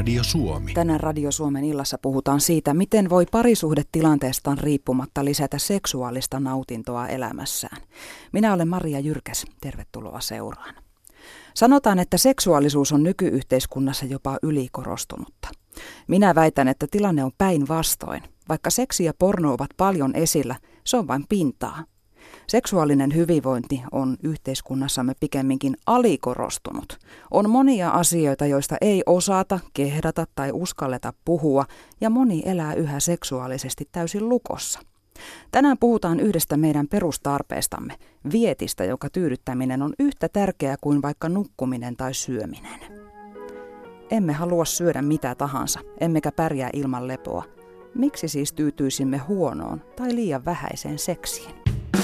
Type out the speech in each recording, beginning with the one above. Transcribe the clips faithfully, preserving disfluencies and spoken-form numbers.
Radio Suomi. Tänään Radio Suomen illassa puhutaan siitä, miten voi parisuhdetilanteestaan riippumatta lisätä seksuaalista nautintoa elämässään. Minä olen Maria Jyrkäs. Tervetuloa seuraan. Sanotaan, että seksuaalisuus on nykyyhteiskunnassa jopa ylikorostunutta. Minä väitän, että tilanne on päinvastoin. Vaikka seksi ja porno ovat paljon esillä, se on vain pintaa. Seksuaalinen hyvinvointi on yhteiskunnassamme pikemminkin alikorostunut. On monia asioita, joista ei osata, kehdata tai uskalleta puhua, ja moni elää yhä seksuaalisesti täysin lukossa. Tänään puhutaan yhdestä meidän perustarpeestamme, vietistä, joka tyydyttäminen on yhtä tärkeää kuin vaikka nukkuminen tai syöminen. Emme halua syödä mitä tahansa, emmekä pärjää ilman lepoa. Miksi siis tyytyisimme huonoon tai liian vähäiseen seksiin?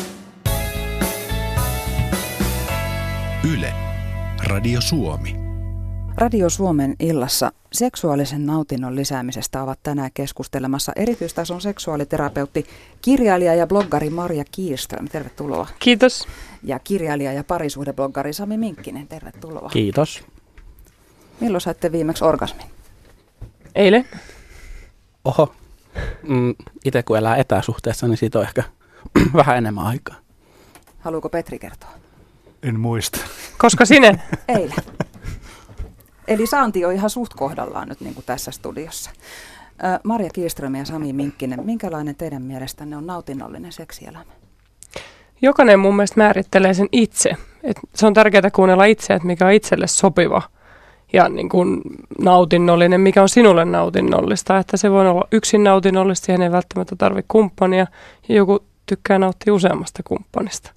Yle, Radio Suomi. Radio Suomen illassa seksuaalisen nautinnon lisäämisestä ovat tänään keskustelemassa erityistason seksuaaliterapeutti, kirjailija ja bloggari Marja Kihlström. Tervetuloa. Kiitos. Ja kirjailija ja parisuhdebloggari Sami Minkkinen. Tervetuloa. Kiitos. Milloin saitte viimeksi orgasmin? Eilen. Oho. Mm, itse kun elää etäsuhteessa, niin siitä on ehkä vähän enemmän aikaa. Haluuko Petri kertoa? En muista. Koska sinne? Eilen. Eli saanti on ihan suht kohdallaan nyt niin kuin tässä studiossa. Äh, Marja Kihlström ja Sami Minkkinen, minkälainen teidän mielestänne on nautinnollinen seksielämä? Jokainen mun mielestä määrittelee sen itse. Et se on tärkeää kuunnella itse, että mikä on itselle sopiva ja niin kuin nautinnollinen, mikä on sinulle nautinnollista. Että se voi olla yksin nautinnollista, siihen ei välttämättä tarvitse kumppania ja joku tykkää nauttia useammasta kumppanista.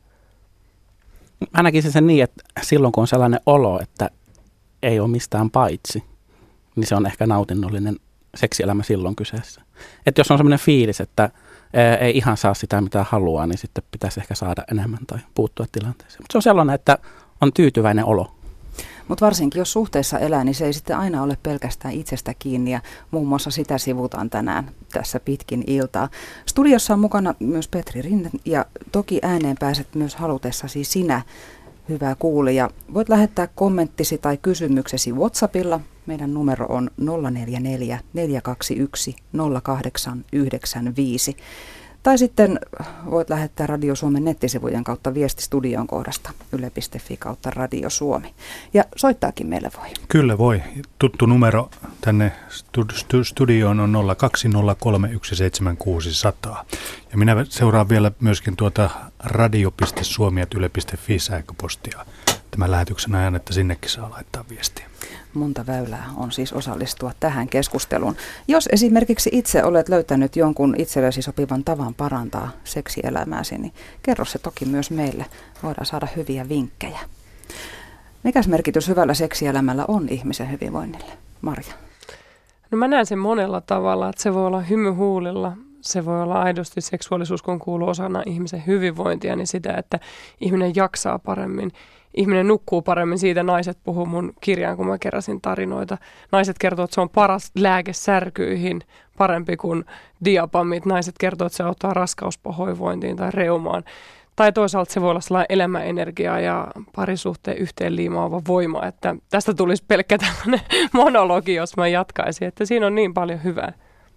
Mä näkisin sen niin, että silloin kun on sellainen olo, että ei ole mistään paitsi, niin se on ehkä nautinnollinen seksielämä silloin kyseessä. Että jos on sellainen fiilis, että ei ihan saa sitä mitä haluaa, niin sitten pitäisi ehkä saada enemmän tai puuttua tilanteeseen. Mutta se on sellainen, että on tyytyväinen olo. Mutta varsinkin jos suhteessa elää, niin se ei sitten aina ole pelkästään itsestä kiinni ja muun muassa sitä sivutaan tänään tässä pitkin iltaa. Studiossa on mukana myös Petri Rinne ja toki ääneen pääset myös halutessasi sinä, hyvä kuulija. Voit lähettää kommenttisi tai kysymyksesi WhatsAppilla. Meidän numero on nolla neljä neljä, neljä kaksi yksi, nolla kahdeksan yhdeksän viisi. Tai sitten voit lähettää Radio Suomen nettisivujen kautta viesti studion kohdasta yle piste fi kautta Radio Suomi. Ja soittaakin meille voi. Kyllä voi. Tuttu numero tänne studioon on nolla kaksi nolla kolme yksi seitsemän kuusi nolla nolla. Ja minä seuraan vielä myöskin tuota radio piste suomi yle piste fi sähköpostia tämän lähetyksen ajan, että sinnekin saa laittaa viestiä. Monta väylää on siis osallistua tähän keskusteluun. Jos esimerkiksi itse olet löytänyt jonkun itsellesi sopivan tavan parantaa seksielämääsi, niin kerro se toki myös meille. Voidaan saada hyviä vinkkejä. Mikäs merkitys hyvällä seksielämällä on ihmisen hyvinvoinnille? Marja. No mä näen sen monella tavalla, että se voi olla hymy huulilla. Se voi olla aidosti seksuaalisuus, kun kuuluu osana ihmisen hyvinvointia, niin sitä, että ihminen jaksaa paremmin. Ihminen nukkuu paremmin, siitä naiset puhuu mun kirjaan, kun mä keräsin tarinoita. Naiset kertoo, että se on paras lääke särkyihin, parempi kuin diapamit. Naiset kertoo, että se auttaa raskauspahoinvointiin tai reumaan. Tai toisaalta se voi olla sellainen elämäenergia ja parisuhteen yhteenliimaava voima, että tästä tulisi pelkkä tämmöinen monologi, jos mä jatkaisin, että siinä on niin paljon hyvää.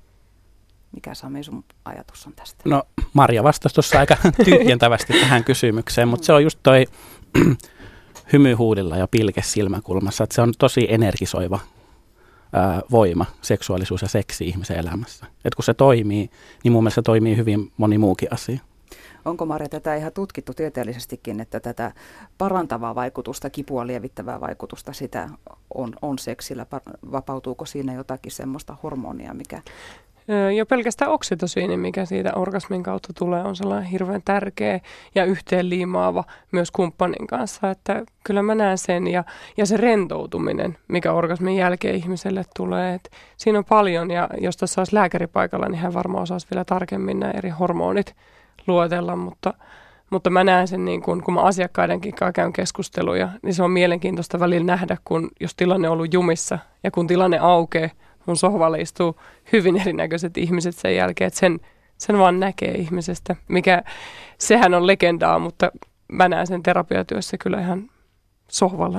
Mikä Sami sun ajatus on tästä? No Marja vastasi tuossa aika tyhjentävästi tähän kysymykseen, mutta se on just toi hymyhuudilla ja pilke silmäkulmassa, että se on tosi energisoiva ää, voima, seksuaalisuus ja seksi ihmisen elämässä. Et kun se toimii, niin mun mielestä se toimii hyvin moni muukin asia. Onko Marja tätä ihan tutkittu tieteellisestikin, että tätä parantavaa vaikutusta, kipua lievittävää vaikutusta, sitä on, on seksillä? Vapautuuko siinä jotakin semmoista hormonia, mikä... Jo pelkästään oksitosiini, mikä siitä orgasmin kautta tulee, on sellainen hirveän tärkeä ja yhteenliimaava myös kumppanin kanssa. Että kyllä mä näen sen ja, ja se rentoutuminen, mikä orgasmin jälkeen ihmiselle tulee. Et siinä on paljon ja jos tässä olisi lääkäri paikalla, niin hän varmaan osaisi vielä tarkemmin nämä eri hormonit luotella. Mutta, mutta mä näen sen, niin kun, kun mä asiakkaidenkin kanssa käyn keskusteluja, niin se on mielenkiintoista välillä nähdä, kun jos tilanne on ollut jumissa ja kun tilanne aukeaa, mun sohvalle istuu hyvin erinäköiset ihmiset sen jälkeen, että sen, sen vaan näkee ihmisestä, mikä sehän on legendaa, mutta mä näen sen terapiatyössä kyllä ihan sohvallani.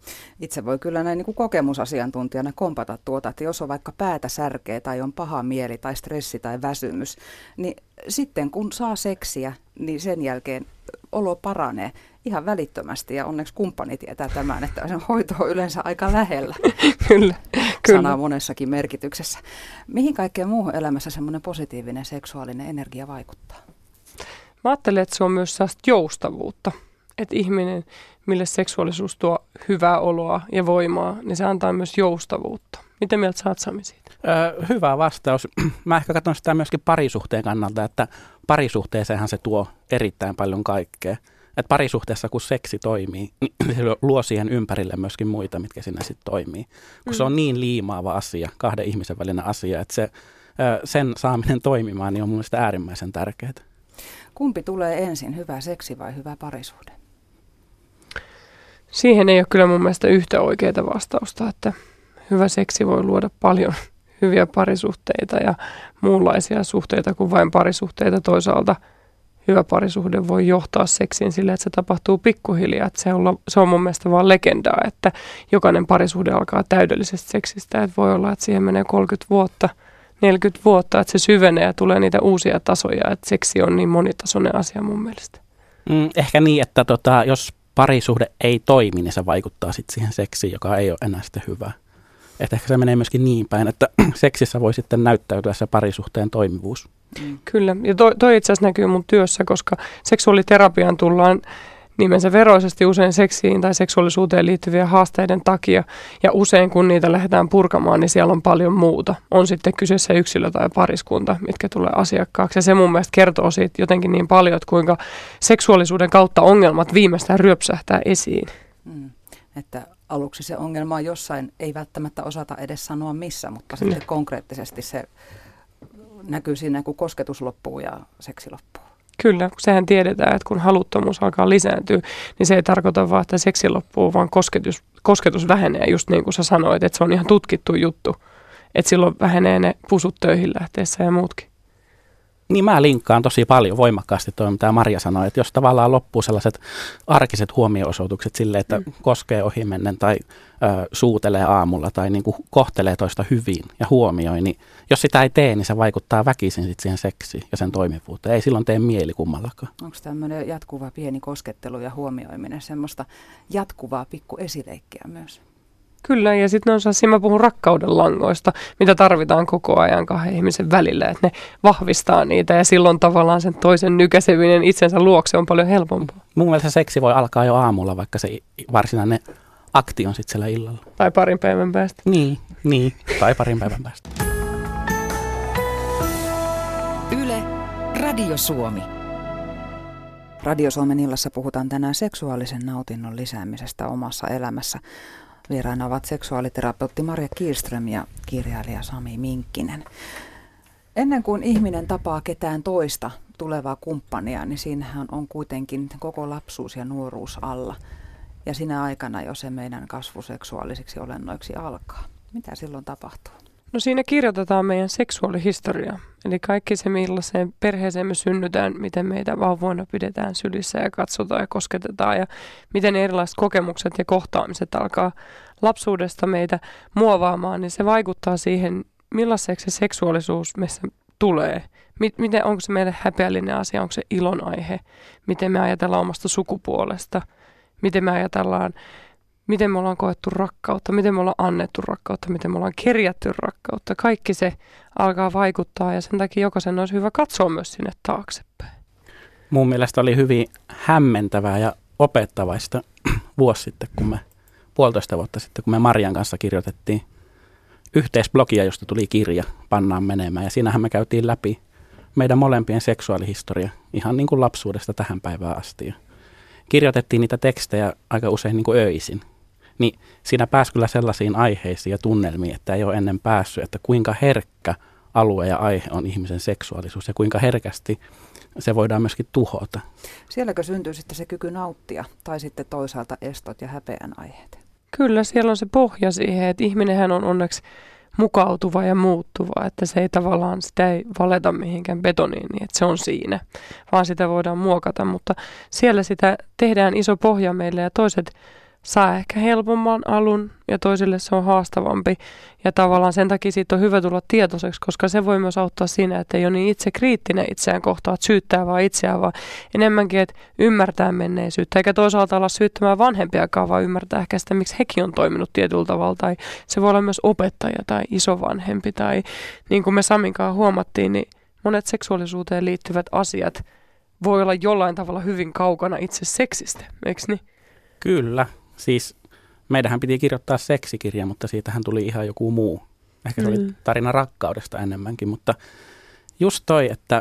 Itse voi kyllä näin niin kuin kokemusasiantuntijana kompata tuota, että jos on vaikka päätä särkeä tai on paha mieli tai stressi tai väsymys, niin sitten kun saa seksiä, niin sen jälkeen olo paranee ihan välittömästi ja onneksi kumppani tietää tämän, että sen hoito on yleensä aika lähellä. Kyllä, kyllä. Sanaa monessakin merkityksessä. Mihin kaikkeen muuhun elämässä semmoinen positiivinen seksuaalinen energia vaikuttaa? Mä ajattelen, että se on myös sellaista joustavuutta. Että ihminen, mille seksuaalisuus tuo hyvää oloa ja voimaa, niin se antaa myös joustavuutta. Miten mieltä sä oot, Sami, siitä? Öö, hyvä vastaus. Mä ehkä katson sitä myöskin parisuhteen kannalta, että parisuhteeseenhan se tuo erittäin paljon kaikkea. Että parisuhteessa kun seksi toimii, niin se luo siihen ympärille myöskin muita, mitkä siinä sitten toimii. Kun mm. se on niin liimaava asia, kahden ihmisen välinen asia, että se, sen saaminen toimimaan niin on mun mielestä äärimmäisen tärkeää. Kumpi tulee ensin, hyvä seksi vai hyvä parisuhde? Siihen ei ole kyllä mun mielestä yhtä oikeaa vastausta, että hyvä seksi voi luoda paljon hyviä parisuhteita ja muunlaisia suhteita kuin vain parisuhteita. Toisaalta hyvä parisuhde voi johtaa seksiin sillä, että se tapahtuu pikkuhiljaa. Että se, on, se on mun mielestä vaan legendaa, että jokainen parisuhde alkaa täydellisestä seksistä. Että voi olla, että siihen menee kolmekymmentä vuotta, neljäkymmentä vuotta, että se syvenee ja tulee niitä uusia tasoja. Että seksi on niin monitasoinen asia mun mielestä. Mm, ehkä niin, että tota, jos parisuhde ei toimi, niin se vaikuttaa sitten siihen seksiin, joka ei ole enää sitten hyvä. Että ehkä se menee myöskin niin päin, että seksissä voi sitten näyttäytyä se parisuhteen toimivuus. Mm. Kyllä, ja toi, toi itse asiassa näkyy mun työssä, koska seksuaaliterapiaan tullaan nimensä veroisesti usein seksiin tai seksuaalisuuteen liittyviä haasteiden takia. Ja usein kun niitä lähdetään purkamaan, niin siellä on paljon muuta. On sitten kyseessä yksilö tai pariskunta, mitkä tulee asiakkaaksi. Ja se mun mielestä kertoo siitä jotenkin niin paljon, että kuinka seksuaalisuuden kautta ongelmat viimeistään ryöpsähtää esiin. Mm. Että aluksi se ongelma on jossain, ei välttämättä osata edes sanoa missä, mutta sitten mm. konkreettisesti se näkyy siinä, kun kosketus loppuu ja seksi loppuu. Kyllä, sehän tiedetään, että kun haluttomuus alkaa lisääntyä, niin se ei tarkoita vaan, että seksi loppuu, vaan kosketus, kosketus vähenee, just niin kuin sä sanoit, että se on ihan tutkittu juttu, että silloin vähenee ne pusut töihin lähteessä ja muutkin. Niin mä linkkaan tosi paljon voimakkaasti tuo, mitä Maria sanoi, että jos tavallaan loppuu sellaiset arkiset huomio-osoitukset silleen, että mm. koskee ohimennen tai ö, suutelee aamulla tai niin kuin kohtelee toista hyvin ja huomioi, niin jos sitä ei tee, niin se vaikuttaa väkisin sit siihen seksiin ja sen toimivuuteen. Ei silloin tee mieli kummallakaan. Onko tämmöinen jatkuva pieni koskettelu ja huomioiminen semmoista jatkuvaa pikku esileikkiä myös? Kyllä, ja sitten on sellaisia, mä puhun rakkauden langoista, mitä tarvitaan koko ajan kahden ihmisen välillä, että ne vahvistaa niitä ja silloin tavallaan sen toisen nykäseminen itsensä luokse on paljon helpompaa. Mun mielestä seksi voi alkaa jo aamulla, vaikka se varsinainen akti on sitten siellä illalla. Tai parin päivän päästä. Niin, niin, tai parin päivän päästä. Yle, Radio Suomi. Radio Suomen illassa puhutaan tänään seksuaalisen nautinnon lisäämisestä omassa elämässä. Vieraina ovat seksuaaliterapeutti Marja Kihlström ja kirjailija Sami Minkkinen. Ennen kuin ihminen tapaa ketään toista tulevaa kumppania, niin siinähän on kuitenkin koko lapsuus ja nuoruus alla. Ja sinä aikana jo se meidän kasvu seksuaalisiksi olennoiksi alkaa. Mitä silloin tapahtuu? No siinä kirjoitetaan meidän seksuaalihistoria. Eli kaikki se, millaiseen perheeseen me synnytään, miten meitä vauvoina pidetään sylissä ja katsotaan ja kosketetaan ja miten erilaiset kokemukset ja kohtaamiset alkaa lapsuudesta meitä muovaamaan, niin se vaikuttaa siihen, millaiseksi se seksuaalisuus meissä tulee. Miten, onko se meille häpeällinen asia, onko se ilon aihe, miten me ajatellaan omasta sukupuolesta, miten me ajatellaan, miten me ollaan koettu rakkautta, miten me ollaan annettu rakkautta, miten me ollaan kerjätty rakkautta. Kaikki se alkaa vaikuttaa ja sen takia jokaisen olisi hyvä katsoa myös sinne taaksepäin. Mun mielestä oli hyvin hämmentävää ja opettavaista vuosi sitten, kun me puolitoista vuotta sitten, kun me Marian kanssa kirjoitettiin yhteisblogia, josta tuli kirja, Pannaan menemään. Ja siinähän me käytiin läpi meidän molempien seksuaalihistoria ihan niin kuin lapsuudesta tähän päivään asti. Ja kirjoitettiin niitä tekstejä aika usein niin kuin öisin. Niin siinä pääsi kyllä sellaisiin aiheisiin ja tunnelmiin, että ei ole ennen päässyt, että kuinka herkkä alue ja aihe on ihmisen seksuaalisuus ja kuinka herkästi se voidaan myöskin tuhota. Sielläkö syntyy sitten se kyky nauttia tai sitten toisaalta estot ja häpeän aiheet? Kyllä, siellä on se pohja siihen, että ihminenhän on onneksi mukautuva ja muuttuva, että se ei tavallaan, sitä ei valeta mihinkään betoniin, niin että se on siinä, vaan sitä voidaan muokata, mutta siellä sitä tehdään iso pohja meille ja toiset saa ehkä helpomman alun ja toisille se on haastavampi. Ja tavallaan sen takia siitä on hyvä tulla tietoiseksi, koska se voi myös auttaa siinä, että ei ole niin itse kriittinen itseään kohtaan, että syyttää vaan itseään, vaan enemmänkin, että ymmärtää menneisyyttä. Eikä toisaalta olla syyttämään vanhempiakaan, vaan ymmärtää ehkä sitä, miksi hekin on toiminut tietyllä tavalla. Tai se voi olla myös opettaja tai isovanhempi. Tai niin kuin me Saminkaan huomattiin, niin monet seksuaalisuuteen liittyvät asiat voi olla jollain tavalla hyvin kaukana itse seksistä, eikö niin? Kyllä. Siis meidähän piti kirjoittaa seksikirja, mutta siitähän tuli ihan joku muu. Ehkä se mm. oli tarina rakkaudesta enemmänkin, mutta just toi, että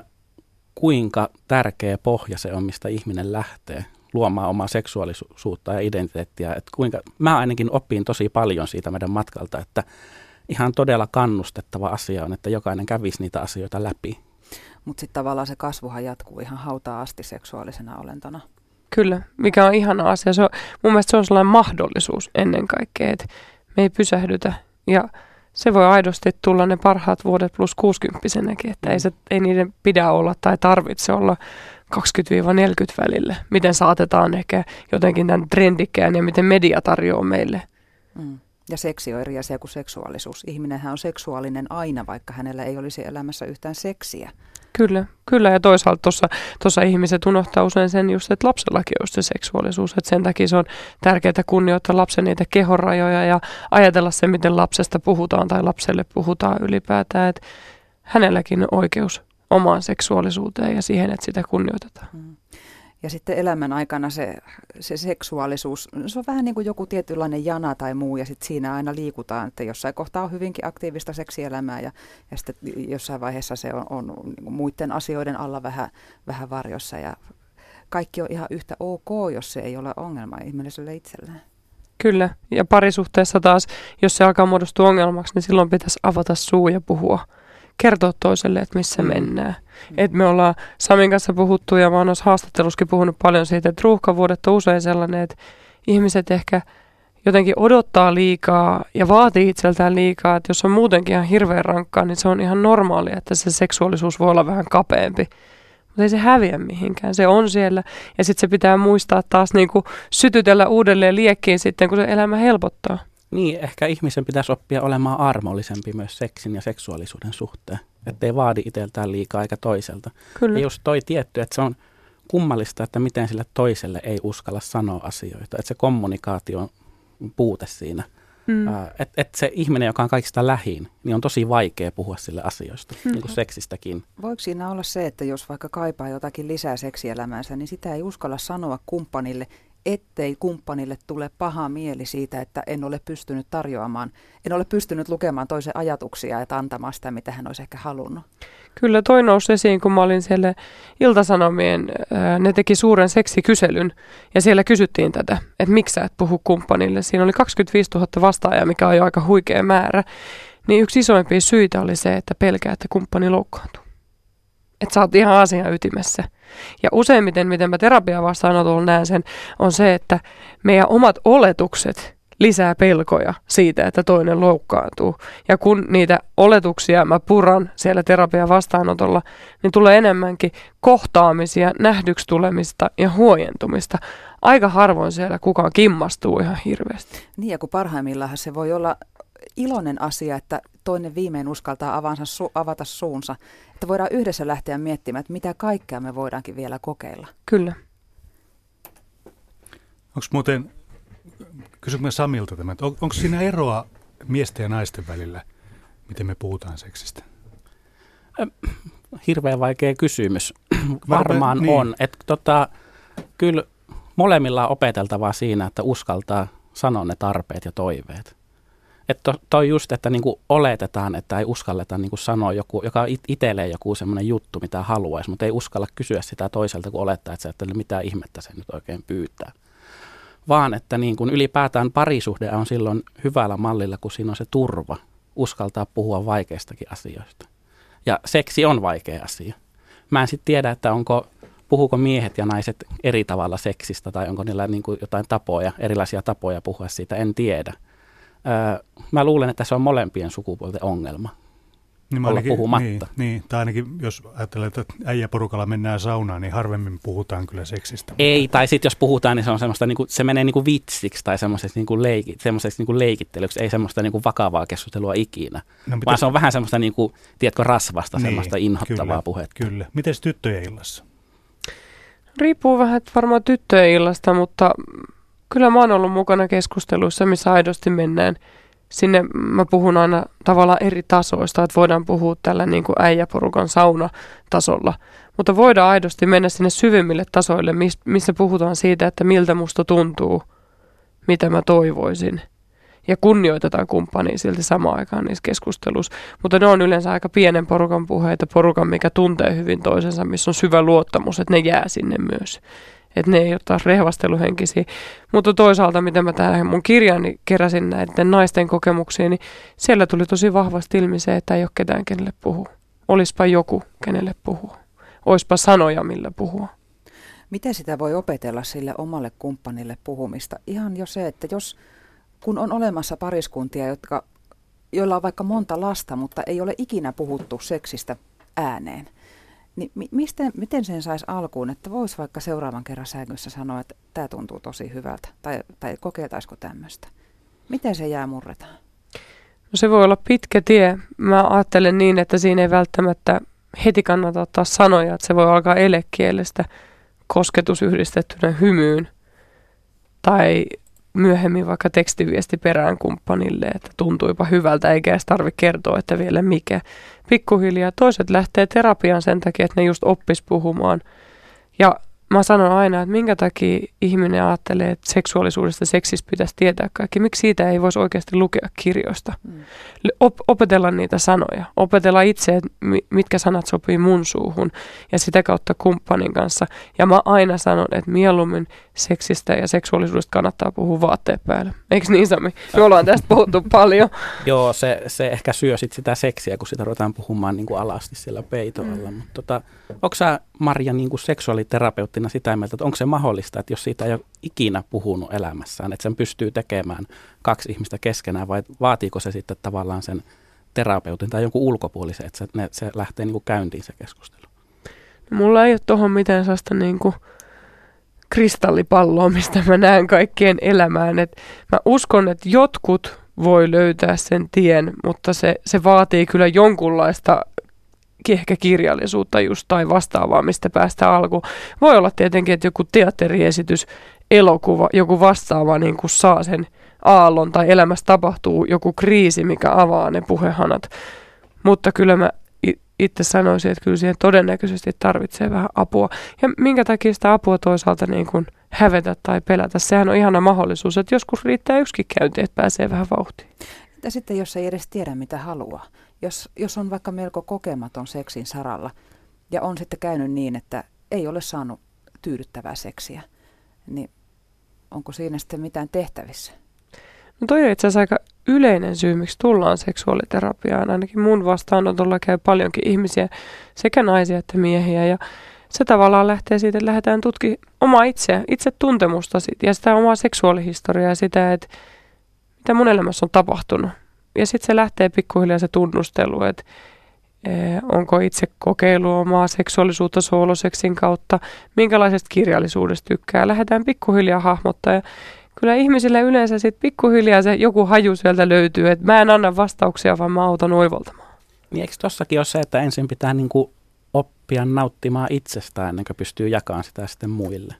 kuinka tärkeä pohja se on, mistä ihminen lähtee luomaan omaa seksuaalisuutta ja identiteettiä. Että kuinka, mä ainakin opin tosi paljon siitä meidän matkalta, että ihan todella kannustettava asia on, että jokainen kävisi niitä asioita läpi. Mutta sitten tavallaan se kasvuhan jatkuu ihan hautaan asti seksuaalisena olentona. Kyllä, mikä on ihana asia. Se on, mun mielestä se on sellainen mahdollisuus ennen kaikkea, että me ei pysähdytä. Ja se voi aidosti tulla ne parhaat vuodet plus kuusikymppisenäkin, että mm. ei, se, ei niiden pidä olla tai tarvitse olla kaksikymmentä neljäkymmentä välillä. Miten saatetaan ehkä jotenkin tämän trendikkään ja miten media tarjoaa meille. Mm. Ja seksi on eri asia kuin seksuaalisuus. Ihminenhän on seksuaalinen aina, vaikka hänellä ei olisi elämässä yhtään seksiä. Kyllä, kyllä. Ja toisaalta tuossa ihmiset unohtaa usein sen just, että lapsellakin on se seksuaalisuus. Että sen takia se on tärkeää kunnioittaa lapsen niitä kehonrajoja ja ajatella se, miten lapsesta puhutaan tai lapselle puhutaan ylipäätään. Että hänelläkin on oikeus omaan seksuaalisuuteen ja siihen, että sitä kunnioitetaan. Mm. Ja sitten elämän aikana se, se seksuaalisuus, se on vähän niin kuin joku tietynlainen jana tai muu, ja sitten siinä aina liikutaan, että jossain kohtaa on hyvinkin aktiivista seksielämää, ja, ja sitten jossain vaiheessa se on, on niin kuin muiden asioiden alla vähän, vähän varjossa, ja kaikki on ihan yhtä ok, jos se ei ole ongelma ihmiselle itselleen. Kyllä, ja parisuhteessa taas, jos se alkaa muodostua ongelmaksi, niin silloin pitäisi avata suu ja puhua. Kertoa toiselle, että missä mm. mennään. Mm. Et me ollaan Samin kanssa puhuttu ja mä oon noissa haastattelussakin puhunut paljon siitä, että ruuhkavuodet on usein sellainen, että ihmiset ehkä jotenkin odottaa liikaa ja vaatii itseltään liikaa, että jos on muutenkin ihan hirveän rankkaa, niin se on ihan normaalia, että se seksuaalisuus voi olla vähän kapeampi. Mutta ei se häviä mihinkään, se on siellä ja sitten se pitää muistaa taas niinku sytytellä uudelleen liekkiin sitten, kun se elämä helpottaa. Niin, ehkä ihmisen pitäisi oppia olemaan armollisempi myös seksin ja seksuaalisuuden suhteen. Että ei vaadi itseltään liikaa eikä toiselta. Kyllä. Ja just toi tietty, että se on kummallista, että miten sille toiselle ei uskalla sanoa asioita. Että se kommunikaatio on puute siinä. Mm. Uh, että et se ihminen, joka on kaikista lähin, niin on tosi vaikea puhua sille asioista, mm. niin kuin seksistäkin. Voiko siinä olla se, että jos vaikka kaipaa jotakin lisää seksielämäänsä, niin sitä ei uskalla sanoa kumppanille, ettei kumppanille tule paha mieli siitä, että en ole pystynyt tarjoamaan, en ole pystynyt lukemaan toisen ajatuksia ja antamaan sitä, mitä hän olisi ehkä halunnut. Kyllä toi nousi esiin, kun mä olin siellä Ilta-Sanomien, ne teki suuren seksikyselyn ja siellä kysyttiin tätä, että miksi sä et puhu kumppanille. Siinä oli kaksikymmentäviisituhatta vastaajaa, mikä on jo aika huikea määrä. Niin yksi isoimpia syitä oli se, että pelkää, että kumppani loukkaantuu. Että sä oot ihan asian ytimessä. Ja useimmiten, miten mä terapiaa vastaanotolla näen sen, on se, että meidän omat oletukset lisää pelkoja siitä, että toinen loukkaantuu. Ja kun niitä oletuksia mä puran siellä terapian vastaanotolla, niin tulee enemmänkin kohtaamisia, nähdyksi tulemista ja huojentumista. Aika harvoin siellä kukaan kimmastuu ihan hirveästi. Niin ja kun parhaimmillaan se voi olla iloinen asia, että toinen viimein uskaltaa avansa, su- avata suunsa, että voidaan yhdessä lähteä miettimään, että mitä kaikkea me voidaankin vielä kokeilla. Kyllä. Onko muuten, kysykö Samilta tämä, on, onko siinä eroa miesten ja naisten välillä, miten me puhutaan seksistä? Hirveän vaikea kysymys. Varmaan niin. on. Että tota, kyllä molemmilla on opeteltavaa siinä, että uskaltaa sanoa ne tarpeet ja toiveet. Että toi just, että niinku oletetaan, että ei uskalleta niinku sanoa joku, joka on itselleen joku semmoinen juttu, mitä haluaisi, mutta ei uskalla kysyä sitä toiselta, kun olettaa, että se, että mitä ihmettä se nyt oikein pyytää. Vaan, että niin kuin ylipäätään parisuhde on silloin hyvällä mallilla, kun siinä on se turva, uskaltaa puhua vaikeistakin asioista. Ja seksi on vaikea asia. Mä en sitten tiedä, että onko, puhuuko miehet ja naiset eri tavalla seksistä, tai onko niillä niin kuin jotain tapoja, erilaisia tapoja puhua siitä, en tiedä. Öö, mä luulen, että se on molempien sukupuolten ongelma. niin olla ainakin, puhumatta. Niin, niin, tai ainakin jos ajattelee, että äijäporukalla mennään saunaan, niin harvemmin puhutaan kyllä seksistä. Ei, tai sitten jos puhutaan, niin se on semmoista, niin kuin, se menee niin kuin vitsiksi tai semmoiseksi niin kuin leiki, semmoiseksi niin kuin leikittelyksi, ei semmoista niin kuin vakavaa keskustelua ikinä. No, vaan se on vähän semmoista, niin kuin, tiedätkö, rasvasta, niin, semmoista inhottavaa kyllä, puhetta. Kyllä. Mites tyttöjen illassa? Riippuu vähän varmaan tyttöjen illasta, mutta kyllä mä oon ollut mukana keskusteluissa, missä aidosti mennään. Sinne mä puhun aina tavallaan eri tasoista, että voidaan puhua tällä niin kuin äijäporukan saunatasolla, mutta voidaan aidosti mennä sinne syvimmille tasoille, missä puhutaan siitä, että miltä musta tuntuu, mitä mä toivoisin. Ja kunnioitetaan kumppania silti samaan aikaan niissä keskusteluissa. Mutta ne on yleensä aika pienen porukan puheita, porukan, mikä tuntee hyvin toisensa, missä on syvä luottamus, että ne jää sinne myös. Että ne ei ole taas rehvasteluhenkisiä. Mutta toisaalta, mitä mä tähän mun kirjaani keräsin näiden naisten kokemuksia, niin siellä tuli tosi vahvasti ilmi se, että ei ole ketään, kenelle puhua. Olispa joku, kenelle puhua. Oispa sanoja, millä puhua. Miten sitä voi opetella sille omalle kumppanille puhumista? Ihan jo se, että jos kun on olemassa pariskuntia, jotka, joilla on vaikka monta lasta, mutta ei ole ikinä puhuttu seksistä ääneen, niin mi- miten, miten sen saisi alkuun, että voisi vaikka seuraavan kerran sängyssä sanoa, että tämä tuntuu tosi hyvältä, tai, tai kokeiltaisiko tämmöistä? Miten se jää murretaan? No se voi olla pitkä tie. Mä ajattelen niin, että siinä ei välttämättä heti kannata ottaa sanoja, että se voi alkaa elekielestä kosketus yhdistettynä hymyyn, tai myöhemmin vaikka tekstiviesti perään kumppanille, että tuntuipa hyvältä, eikä edes tarvitse kertoa, että vielä mikä. Pikkuhiljaa toiset lähtee terapiaan sen takia, että ne just oppis puhumaan. Ja mä sanon aina, että minkä takia ihminen ajattelee, että seksuaalisuudesta seksistä pitäisi tietää kaikki. Miksi siitä ei voisi oikeasti lukea kirjoista? Mm. Op- opetella niitä sanoja. Opetella itse, että mitkä sanat sopii mun suuhun ja sitä kautta kumppanin kanssa. Ja mä aina sanon, että mieluummin seksistä ja seksuaalisuudesta kannattaa puhua vaatteet päälle. Eikö niin, Sami? Me ollaan tästä puhuttu paljon. Joo, se, se ehkä syö sit sitä seksiä, kun sitä ruvetaan puhumaan niin kuin alasti siellä peitoalla. Mm. Mutta tota, onko sä, Marja, niin kuin seksuaaliterapeuttina sitä mieltä, että onko se mahdollista, että jos siitä ei ole ikinä puhunut elämässään, että sen pystyy tekemään kaksi ihmistä keskenään, vai vaatiiko se sitten tavallaan sen terapeutin tai jonkun ulkopuolisen, että se, ne, se lähtee niin kuin käyntiin se keskustelu? No, mulla ei ole tuohon mitään sellaista niin kuin kristallipalloa, mistä mä näen kaikkien elämään. Et mä uskon, että jotkut voi löytää sen tien, mutta se, se vaatii kyllä jonkunlaista ehkä kirjallisuutta just tai vastaavaa, mistä päästään alkuun. Voi olla tietenkin, että joku teatteriesitys, elokuva, joku vastaava niin kuin saa sen aallon tai elämässä tapahtuu joku kriisi, mikä avaa ne puhehanat. Mutta kyllä mä itse sanoisin, että kyllä siihen todennäköisesti tarvitsee vähän apua. Ja minkä takia sitä apua toisaalta niin kuin hävetä tai pelätä? Sehän on ihana mahdollisuus, että joskus riittää yksikin käynti, että pääsee vähän vauhtiin. Entä sitten, jos ei edes tiedä, mitä haluaa? Jos, jos on vaikka melko kokematon seksin saralla ja on sitten käynyt niin, että ei ole saanut tyydyttävää seksiä, niin onko siinä sitten mitään tehtävissä? No toi on itse asiassa aika yleinen syy, miksi tullaan seksuaaliterapiaan. Ainakin mun vastaanotolla käy paljonkin ihmisiä, sekä naisia että miehiä. Ja se tavallaan lähtee siitä, että lähdetään tutkimaan omaa itseä, itse tuntemusta ja sitä omaa seksuaalihistoriaa ja sitä, että mitä mun elämässä on tapahtunut. Ja sitten se lähtee pikkuhiljaa se tunnustelu, että eh, onko itse kokeillut omaa seksuaalisuutta sooloseksin kautta, minkälaisesta kirjallisuudesta tykkää. Lähdetään pikkuhiljaa hahmottaa ja kyllä ihmisillä yleensä sitten pikkuhiljaa se joku haju sieltä löytyy, että mä en anna vastauksia, vaan mä autan oivaltamaan. Niin eikö tossakin ole se, että ensin pitää niinku oppia nauttimaan itsestään ennen kuin pystyy jakamaan sitä sitten muille?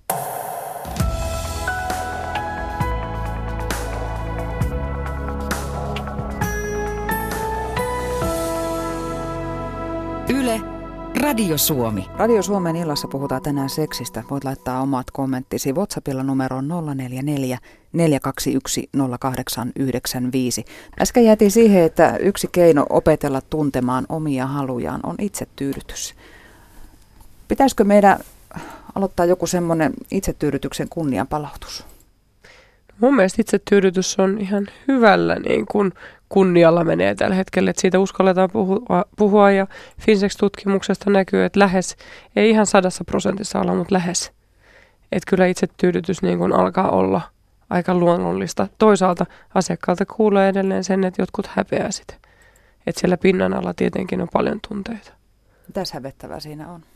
Yle, Radio Suomi. Radio Suomen illassa puhutaan tänään seksistä. Voit laittaa omat kommenttisi WhatsAppilla numeroon nolla neljä neljä, neljä kaksi yksi, nolla kahdeksan yhdeksän viisi. Äsken jäätiin siihen, että yksi keino opetella tuntemaan omia halujaan on itsetyydytys. Pitäisikö meidän aloittaa joku semmoinen itsetyydytyksen kunnianpalautus? Mun mielestä itsetyydytys on ihan hyvällä niin kun kunnialla menee tällä hetkellä, että siitä uskalletaan puhua, puhua ja Finsex-tutkimuksesta näkyy, että lähes, ei ihan sadassa prosentissa olla, mutta lähes. Että kyllä itsetyydytys niin kun alkaa olla aika luonnollista. Toisaalta asiakkaalta kuulee edelleen sen, että jotkut häpeää sitä. Että siellä pinnan alla tietenkin on paljon tunteita. Mitäs hävettävää siinä on?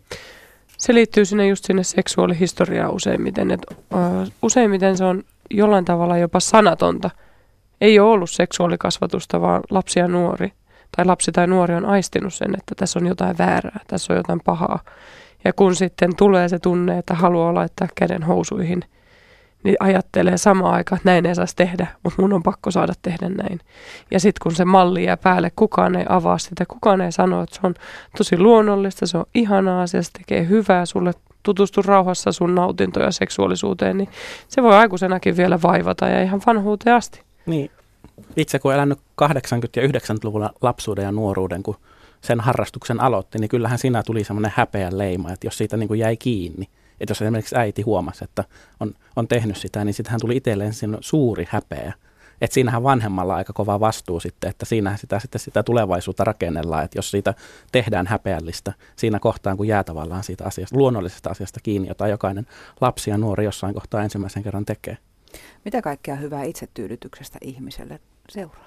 Se liittyy sinne just sinne seksuaalihistoriaan useimmiten. Et, uh, useimmiten se on jollain tavalla jopa sanatonta. Ei ole ollut seksuaalikasvatusta, vaan lapsi ja nuori, tai lapsi tai nuori on aistinut sen, että tässä on jotain väärää, tässä on jotain pahaa. Ja kun sitten tulee se tunne, että haluaa laittaa käden housuihin, niin ajattelee samaan aikaan, että näin ei saisi tehdä, mutta mun on pakko saada tehdä näin. Ja sitten kun se malli jää päälle, kukaan ei avaa sitä, kukaan ei sano, että se on tosi luonnollista, se on ihanaa, se tekee hyvää sulle, tutustu rauhassa sun nautintoja seksuaalisuuteen, niin se voi aikuisenakin vielä vaivata ja ihan vanhuuteen asti. Niin, itse kun elänyt kahdeksankymmentä- ja yhdeksänkymmentäluvulla lapsuuden ja nuoruuden, kun sen harrastuksen aloitti, niin kyllähän siinä tuli semmoinen häpeän leima, että jos siitä niin kuin jäi kiinni, että jos esimerkiksi äiti huomasi, että on, on tehnyt sitä, niin sitähän tuli itselleen suuri häpeä. Että siinähän vanhemmalla aika kova vastuu sitten, että siinähän sitä, sitten sitä tulevaisuutta rakennellaan, että jos siitä tehdään häpeällistä siinä kohtaan, kun jää tavallaan siitä asiasta, luonnollisesta asiasta kiinni, jota jokainen lapsi ja nuori jossain kohtaa ensimmäisen kerran tekee. Mitä kaikkea hyvää itsetyydytyksestä ihmiselle seuraa?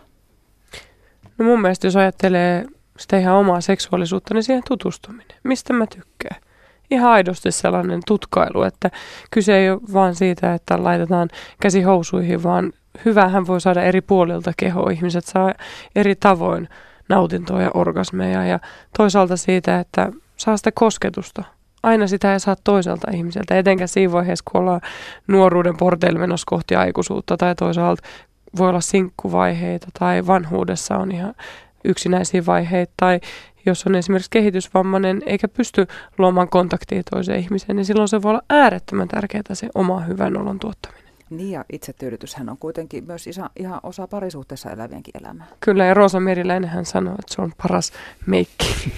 No mun mielestä jos ajattelee sitä ihan omaa seksuaalisuutta, niin siihen tutustuminen. Mistä mä tykkään? Ihan aidosti sellainen tutkailu, että kyse ei ole vaan siitä, että laitetaan käsi housuihin, vaan hyvähän voi saada eri puolilta kehoa. Ihmiset saa eri tavoin nautintoa ja orgasmeja ja toisaalta siitä, että saa sitä kosketusta. Aina sitä ei saa toiselta ihmiseltä, etenkään siinä vaiheessa, kun ollaan nuoruuden porteilla menossa kohti aikuisuutta tai toisaalta voi olla sinkkuvaiheita tai vanhuudessa on ihan yksinäisiä vaiheita tai jos on esimerkiksi kehitysvammainen eikä pysty luomaan kontaktia toiseen ihmiseen, niin silloin se voi olla äärettömän tärkeää se oma hyvän olon tuottaminen. Niin ja itsetyydytyshän on kuitenkin myös isa, ihan osa parisuhteessa elävienkin elämää. Kyllä ja Roosa Meriläinen hän sanoo, että se on paras meikki.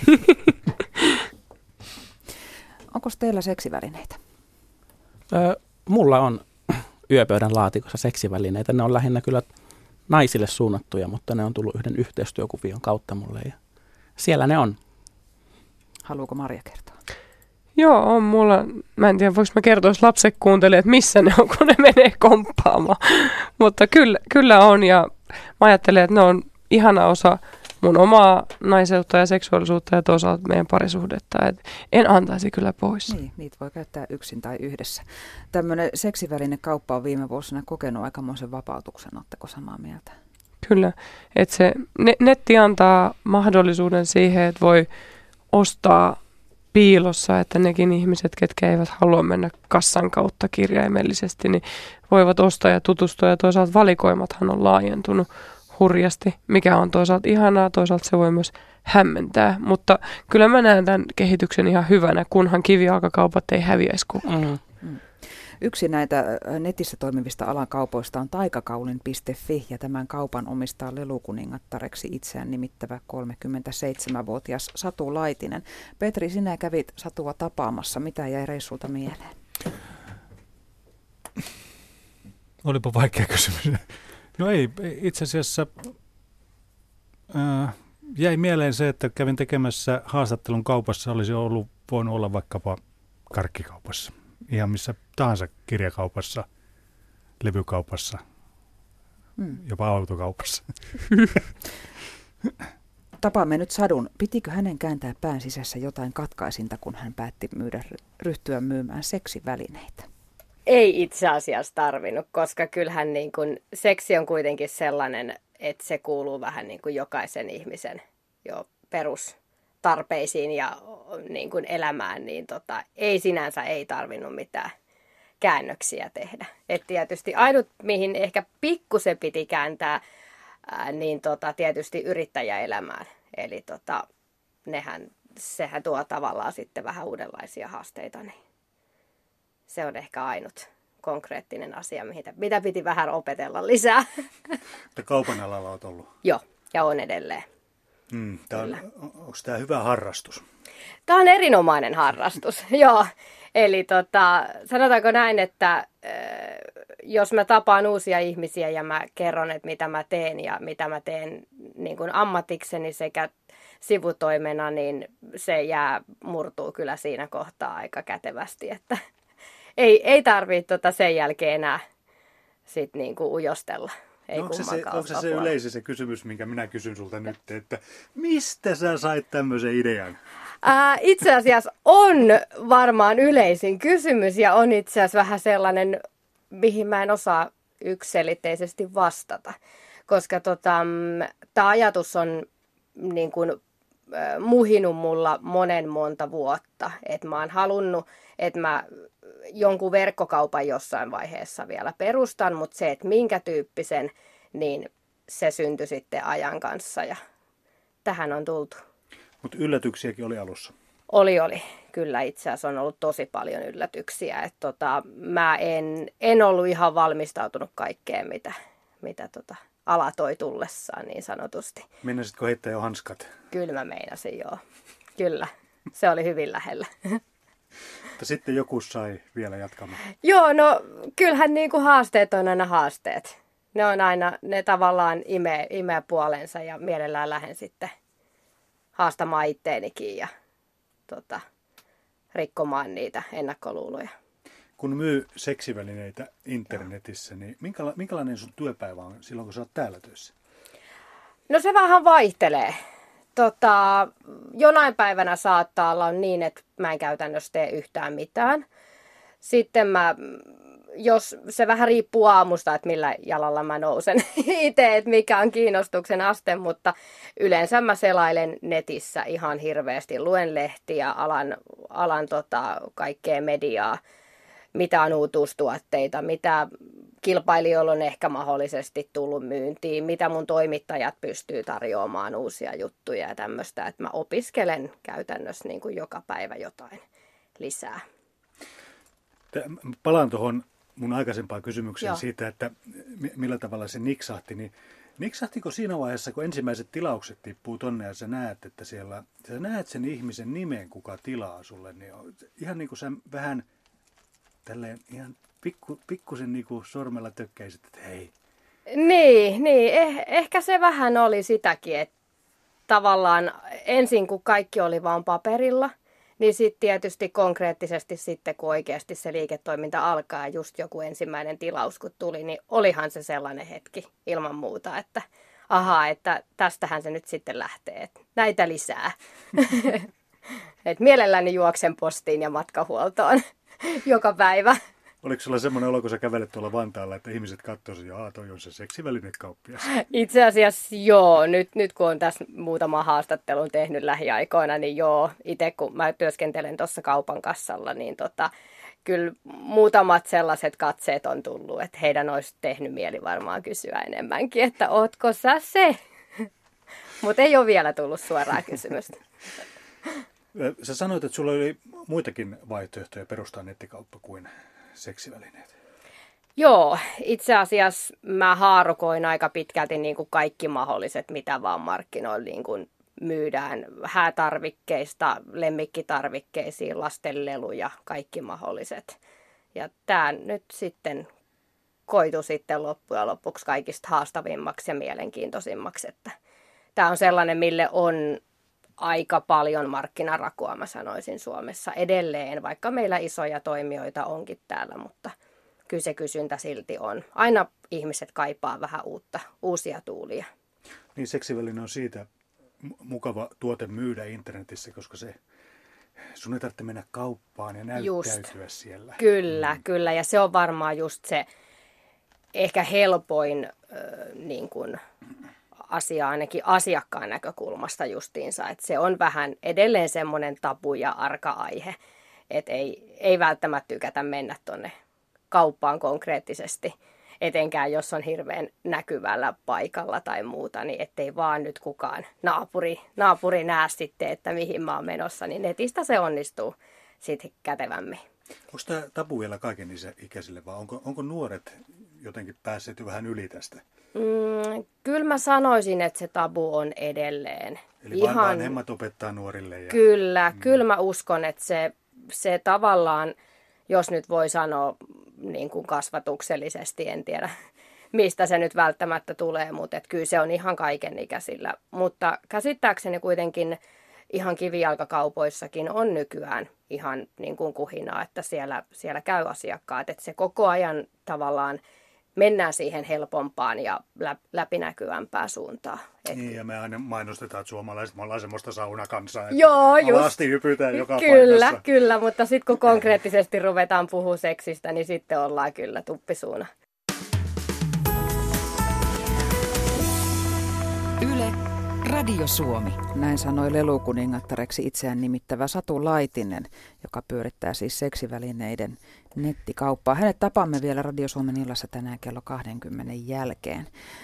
Onko teillä seksivälineitä? Öö, mulla on yöpöydän laatikossa seksivälineitä. Ne on lähinnä kyllä naisille suunnattuja, mutta ne on tullut yhden yhteistyökuvion kautta mulle ja siellä ne on. Haluuko Marja kertoa? Joo, on mulla. Mä en tiedä, voiko mä kertoa, jos lapset kuuntelee, että missä ne on, kun ne menee komppaamaan. Mutta kyllä, kyllä on ja mä ajattelen, että ne on ihana osa mun omaa naiseutta ja seksuaalisuutta ja toisaalta meidän parisuhdetta. Et en antaisi kyllä pois. Niin, niitä voi käyttää yksin tai yhdessä. Tämmöinen seksivälinekauppa on viime vuosina kokenut aikamoisen vapautuksen. Oletteko samaa mieltä? Kyllä, että se ne, netti antaa mahdollisuuden siihen, että voi ostaa piilossa, että nekin ihmiset, ketkä eivät halua mennä kassan kautta kirjaimellisesti, niin voivat ostaa ja tutustua ja toisaalta valikoimathan on laajentunut hurjasti, mikä on toisaalta ihanaa, toisaalta se voi myös hämmentää, mutta kyllä mä näen tämän kehityksen ihan hyvänä, kunhan kivijalkakaupat ei häviäisi kokonaan. Mm. Mm. Yksi näitä netissä toimivista alan kaupoista on taikakaulin piste fi ja tämän kaupan omistaa lelukuningattareksi itseään nimittävä kolmekymmentäseitsemänvuotias Satu Laitinen. Petri, sinä kävit Satua tapaamassa. Mitä jäi reissulta mieleen? Olipa vaikea kysymys. No ei, itse asiassa äh, jäi mieleen se, että kävin tekemässä haastattelun kaupassa, olisi ollut, voinut olla vaikkapa karkkikaupassa. Ihan missä tahansa kirjakaupassa, levykaupassa, hmm. jopa autokaupassa. Tapaamme nyt Sadun. Pitikö hänen kääntää pään sisässä jotain katkaisinta, kun hän päätti myydä, ryhtyä myymään seksivälineitä? Ei itse asiassa tarvinnut, koska kyllähän niin kuin, seksi on kuitenkin sellainen, että se kuuluu vähän niin kuin jokaisen ihmisen jo perustarpeisiin ja niin kuin elämään, niin tota, ei sinänsä ei tarvinnut mitään käännöksiä tehdä. Et tietysti ainut, mihin ehkä pikkusen piti kääntää, ää, niin tota, tietysti yrittäjäelämään. Eli tota, nehän, sehän tuo tavallaan sitten vähän uudenlaisia haasteita, niin se on ehkä ainut konkreettinen asia, mitä piti vähän opetella lisää. Mutta kaupan alalla olet ollut? Joo, ja on edelleen. Mm, tää on, onko tämä hyvä harrastus? Tämä on erinomainen harrastus, joo. Eli tota, sanotaanko näin, että äh, jos mä tapaan uusia ihmisiä ja mä kerron, että mitä mä teen ja mitä mä teen niin kuin ammatikseni sekä sivutoimena, niin se jää, murtuu kyllä siinä kohtaa aika kätevästi, että ei, ei tarvitse tota sen jälkeen enää sit niin kuin ujostella. ei no, onko se, se, onko se, se yleisin se kysymys, minkä minä kysyn sulta nyt, että mistä sä sait tämmöisen idean? Ää, itse asiassa on varmaan yleisin kysymys ja on itse asiassa vähän sellainen, mihin mä en osaa yksiselitteisesti vastata. Koska tota, tämä ajatus on niin kuin, äh, muhinut mulla monen monta vuotta. Että mä oon halunnut, että mä jonkun verkkokaupan jossain vaiheessa vielä perustan, mutta se, että minkä tyyppisen, niin se syntyi sitten ajan kanssa ja tähän on tultu. Mutta yllätyksiäkin oli alussa. Oli, oli. Kyllä itse asiassa on ollut tosi paljon yllätyksiä. Et tota, mä en, en ollut ihan valmistautunut kaikkeen, mitä, mitä tota, ala toi tullessaan niin sanotusti. Meinasitko heittää jo hanskat? Kyllä mä meinasin, joo. Kyllä. Se oli hyvin lähellä. Mutta sitten joku sai vielä jatkamaan. Joo, no kyllähän niin kuin haasteet on aina haasteet. Ne on aina, ne tavallaan imee, imee puolensa ja mielellään lähden sitten haastamaan itteenikin ja tota, rikkomaan niitä ennakkoluuloja. Kun myy seksivälineitä internetissä, niin minkäla- minkälainen sun työpäivä on silloin, kun sä oot täällä töissä? No se vähän vaihtelee. Tota, jonain päivänä saattaa olla niin, että mä en käytännössä tee yhtään mitään. Sitten mä, jos se vähän riippuu aamusta, että millä jalalla mä nousen itse, että mikä on kiinnostuksen aste, mutta yleensä mä selailen netissä ihan hirveästi, luen lehtiä, alan, alan tota, kaikkea mediaa, mitä on uutuustuotteita, mitä kilpailijoilla on ehkä mahdollisesti tullut myyntiin, mitä mun toimittajat pystyy tarjoamaan uusia juttuja ja tämmöistä, että mä opiskelen käytännössä niin kuin joka päivä jotain lisää. Palaan tuohon mun aikaisempaan kysymykseen Joo. siitä, että millä tavalla se niksahti, niin niksahtiko siinä vaiheessa, kun ensimmäiset tilaukset tippuu tonne ja sä näet, että siellä, sä näet sen ihmisen nimen, kuka tilaa sulle, niin ihan niin kuin sä vähän tälleen ihan pikku, pikkusen niin kuin sormella tökkäisit, että hei. Niin, niin eh, ehkä se vähän oli sitäkin, että tavallaan ensin kun kaikki oli vaan paperilla, niin sitten tietysti konkreettisesti sitten, kun oikeasti se liiketoiminta alkaa ja just joku ensimmäinen tilaus kun tuli, niin olihan se sellainen hetki ilman muuta, että ahaa, että tästähän se nyt sitten lähtee, että näitä lisää. Et mielelläni juoksen postiin ja matkahuoltoon joka päivä. Oliko sulla semmoinen olo, kun sä kävelet tuolla Vantaalla, että ihmiset katsoisivat, että jaa, toi on se seksivälinekauppias? Itse asiassa joo. Nyt, nyt kun on tässä muutama haastattelun tehnyt lähiaikoina, niin joo. Itse kun mä työskentelen tuossa kaupan kassalla, niin tota, kyllä muutamat sellaiset katseet on tullut, että heidän olisi tehnyt mieli varmaan kysyä enemmänkin, että ootko sä se? Mutta ei ole vielä tullut suoraa kysymystä. Sä sanoit, että sulla oli muitakin vaihtoehtoja perustaa nettikauppa kuin seksivälineet. Joo, itse asiassa mä haarukoin aika pitkälti niin kuin kaikki mahdolliset, mitä vaan markkinoilla niin kuin myydään. Häätarvikkeista, lemmikkitarvikkeisiin, lastenleluja, kaikki mahdolliset. Ja tämä nyt sitten koitui sitten loppujen lopuksi kaikista haastavimmaksi ja mielenkiintoisimmaksi. Että tämä on sellainen, mille on aika paljon markkinarakoa, mä sanoisin Suomessa edelleen, vaikka meillä isoja toimijoita onkin täällä, mutta kyllä se kysyntä silti on. Aina ihmiset kaipaa vähän uutta, uusia tuulia. Niin seksiväline on siitä mukava tuote myydä internetissä, koska se, sun ei tarvitse mennä kauppaan ja näyttäytyä just siellä. Kyllä, mm. kyllä. Ja se on varmaan just se ehkä helpoin äh, niin kuin asia ainakin asiakkaan näkökulmasta justiinsa, että se on vähän edelleen semmoinen tabu ja arka aihe, että ei, ei välttämättä tykätä mennä tuonne kauppaan konkreettisesti, etenkään jos on hirveän näkyvällä paikalla tai muuta, niin ettei vaan nyt kukaan naapuri, naapuri näe sitten, että mihin mä oon menossa, niin netistä se onnistuu sitten kätevämmin. Onko tämä tabu vielä kaiken ikäisille vai onko, onko nuoret jotenkin päässeet jo vähän yli tästä? Mm, kyllä mä sanoisin, että se tabu on edelleen. Eli ihan vanhemmat opettaa nuorille. Ja... Kyllä, mm. kyllä mä uskon, että se, se tavallaan, jos nyt voi sanoa niin kuin kasvatuksellisesti, en tiedä mistä se nyt välttämättä tulee, mutta että kyllä se on ihan kaikenikäisillä. Mutta käsittääkseni kuitenkin ihan kivijalkakaupoissakin on nykyään ihan niin kuin kuhinaa, että siellä, siellä käy asiakkaat, että se koko ajan tavallaan mennään siihen helpompaan ja läpinäkyvämpään suuntaan. Et... Niin, ja me aina mainostetaan, että suomalaiset, me ollaan semmoista saunakansaa, että Joo, just. alasti hypytään joka kyllä, paikassa. Kyllä, mutta sitten kun konkreettisesti ruvetaan puhua seksistä, niin sitten ollaan kyllä tuppisuuna. Yle, Radio Suomi. Näin sanoi lelukuningattareksi itseään nimittävä Satu Laitinen, joka pyörittää siis seksivälineiden nettikauppaa. Hänet tapaamme vielä Radio Suomen illassa tänään kello kaksikymmentä jälkeen.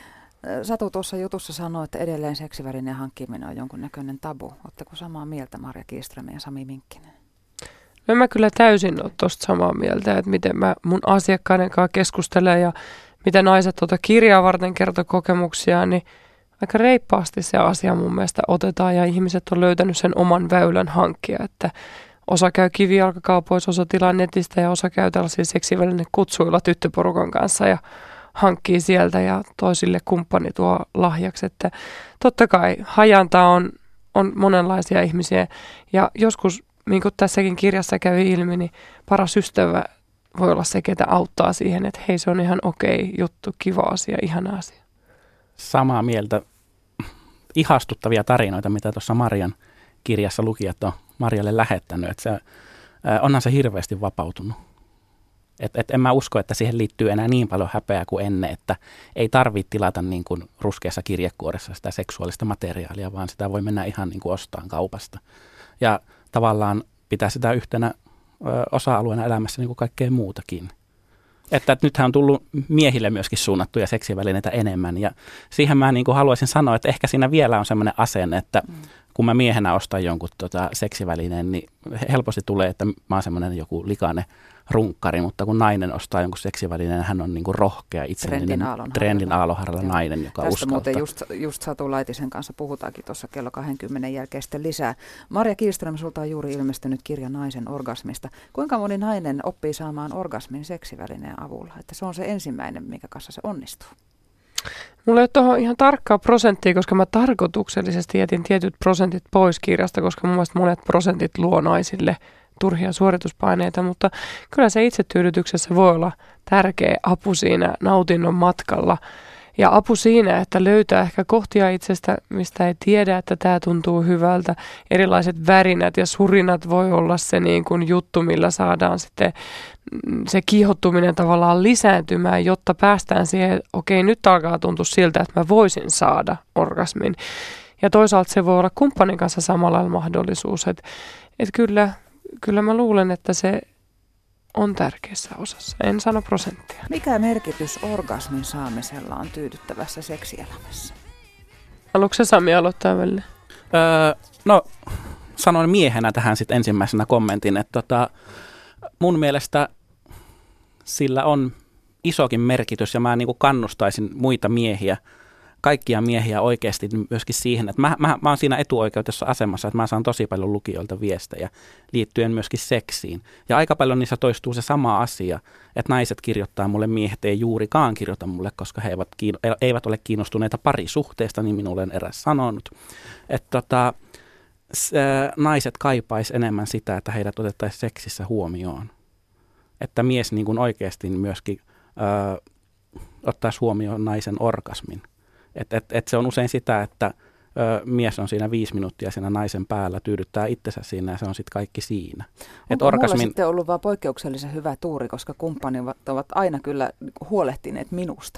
Satu tuossa jutussa sanoi, että edelleen seksivälineen hankkiminen on jonkunnäköinen tabu. Oletteko samaa mieltä, Marja Kihlström ja Sami Minkkinen? No mä kyllä täysin ole tuosta samaa mieltä, että miten mä mun asiakkaiden kanssa keskustelen ja miten naiset tuota kirjaa varten kertoo kokemuksia, niin aika reippaasti se asia mun mielestä otetaan ja ihmiset on löytänyt sen oman väylän hankkia, että osa käy kivijalkakaupoissa, osa tilaa netistä ja osa käy tällaisilla seksiväline kutsuilla tyttöporukan kanssa ja hankkii sieltä ja toisille kumppani tuo lahjaksi, että totta kai hajanta on, on monenlaisia ihmisiä ja joskus, niin kuin tässäkin kirjassa kävi ilmi, niin paras ystävä voi olla se, ketä auttaa siihen, että hei, se on ihan okei juttu, kiva asia, ihana asia. Samaa mieltä. Ihastuttavia tarinoita, mitä tuossa Marjan kirjassa lukijat on Marjalle lähettänyt. Että se, äh, onhan se hirveästi vapautunut. Et, et en mä usko, että siihen liittyy enää niin paljon häpeää kuin ennen, että ei tarvitse tilata niin kuin ruskeassa kirjekuoressa sitä seksuaalista materiaalia, vaan sitä voi mennä ihan niin kuin ostamaan kaupasta. Ja tavallaan pitää sitä yhtenä ö, osa-alueena elämässä niin kuin kaikkea muutakin. Että, että nythän on tullut miehille myöskin suunnattuja seksivälineitä enemmän ja siihen mä niin kuin haluaisin sanoa, että ehkä siinä vielä on semmoinen asenne, että mm. kun mä miehenä ostan jonkun tota seksivälineen, niin helposti tulee, että mä oon semmoinen joku likainen runkkari, mutta kun nainen ostaa jonkun seksivälineen, hän on niin kuin rohkea itsellinen trendin aaloharralla nainen, joka tästä uskaltaa. Muuten just, just Satu Laitisen kanssa puhutaankin tuossa kello kaksikymmentä jälkeen sitten lisää. Marja Kihlström, sulta on juuri ilmestynyt kirja Naisen orgasmista. Kuinka moni nainen oppii saamaan orgasmin seksivälineen avulla? Että se on se ensimmäinen, minkä kanssa se onnistuu. Mulla ei ole tuohon ihan tarkkaa prosenttia, koska mä tarkoituksellisesti jätin tietyt prosentit pois kirjasta, koska mun mielestä monet prosentit luo naisille turhia suorituspaineita, mutta kyllä se itsetyydytyksessä voi olla tärkeä apu siinä nautinnon matkalla. Ja apu siinä, että löytää ehkä kohtia itsestä, mistä ei tiedä, että tämä tuntuu hyvältä. Erilaiset värinät ja surinat voi olla se niin kuin juttu, millä saadaan sitten se kiihottuminen tavallaan lisääntymään, jotta päästään siihen, että okei, nyt alkaa tuntua siltä, että mä voisin saada orgasmin. Ja toisaalta se voi olla kumppanin kanssa samalla lailla mahdollisuus, että, että kyllä, kyllä mä luulen, että se on tärkeässä osassa. En sano prosenttia. Mikä merkitys orgasmin saamisella on tyydyttävässä seksielämässä? Haluatko sä Sami aloittaa välillä? Öö, no, sanoin miehenä tähän sitten ensimmäisenä kommentin, että tota, mun mielestä sillä on isokin merkitys ja mä niin kuin kannustaisin muita miehiä, kaikkia miehiä oikeasti myöskin siihen, että mä, mä, mä oon siinä etuoikeudessa asemassa, että mä saan tosi paljon lukijoilta viestejä liittyen myöskin seksiin. Ja aika paljon niissä toistuu se sama asia, että naiset kirjoittaa mulle, miehet ei juurikaan kirjoita mulle, koska he eivät, kiinno, eivät ole kiinnostuneita parisuhteesta, niin minulle on eräs sanonut. Että tota, se, naiset kaipais enemmän sitä, että heidät otettaisiin seksissä huomioon. Että mies niin kuin oikeasti myöskin ö, ottaisi huomioon naisen orgasmin. Että et, et se on usein sitä, että ö, mies on siinä viisi minuuttia siinä naisen päällä, tyydyttää itsensä siinä ja se on sitten kaikki siinä. Onko orgasmin... mulla sitten ollut vaan poikkeuksellisen hyvä tuuri, koska kumppanit ovat aina kyllä huolehtineet minusta?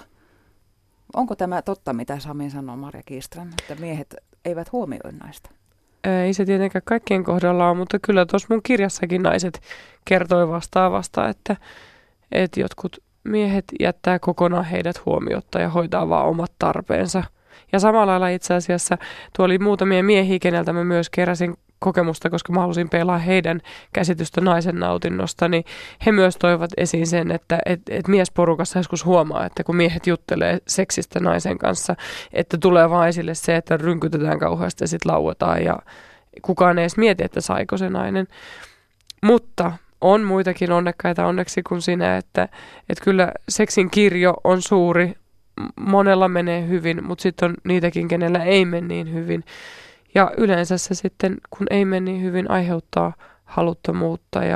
Onko tämä totta, mitä Sami sanoo, Marja Kihlström, että miehet eivät huomioi naista? Ei se tietenkään kaikkien kohdalla ole, mutta kyllä tuossa mun kirjassakin naiset kertoi vastaavasta, että, että jotkut miehet jättää kokonaan heidät huomiotta ja hoitaa vaan omat tarpeensa. Ja samalla lailla itse asiassa tuo oli muutamia miehiä, keneltä mä myös keräsin kokemusta, koska mä halusin pelaa heidän käsitystä naisen nautinnosta, niin he myös toivat esiin sen, että et, et miesporukassa joskus huomaa, että kun miehet juttelee seksistä naisen kanssa, että tulee vaan esille se, että rynkytetään kauheasti ja sitten lauetaan ja kukaan ei edes mieti, että saiko se nainen. Mutta on muitakin onnekkaita onneksi kuin sinä, että, että kyllä seksin kirjo on suuri, monella menee hyvin, mutta sitten on niitäkin, kenellä ei mene niin hyvin. Ja yleensä se sitten, kun ei mene niin hyvin, aiheuttaa haluttomuutta ja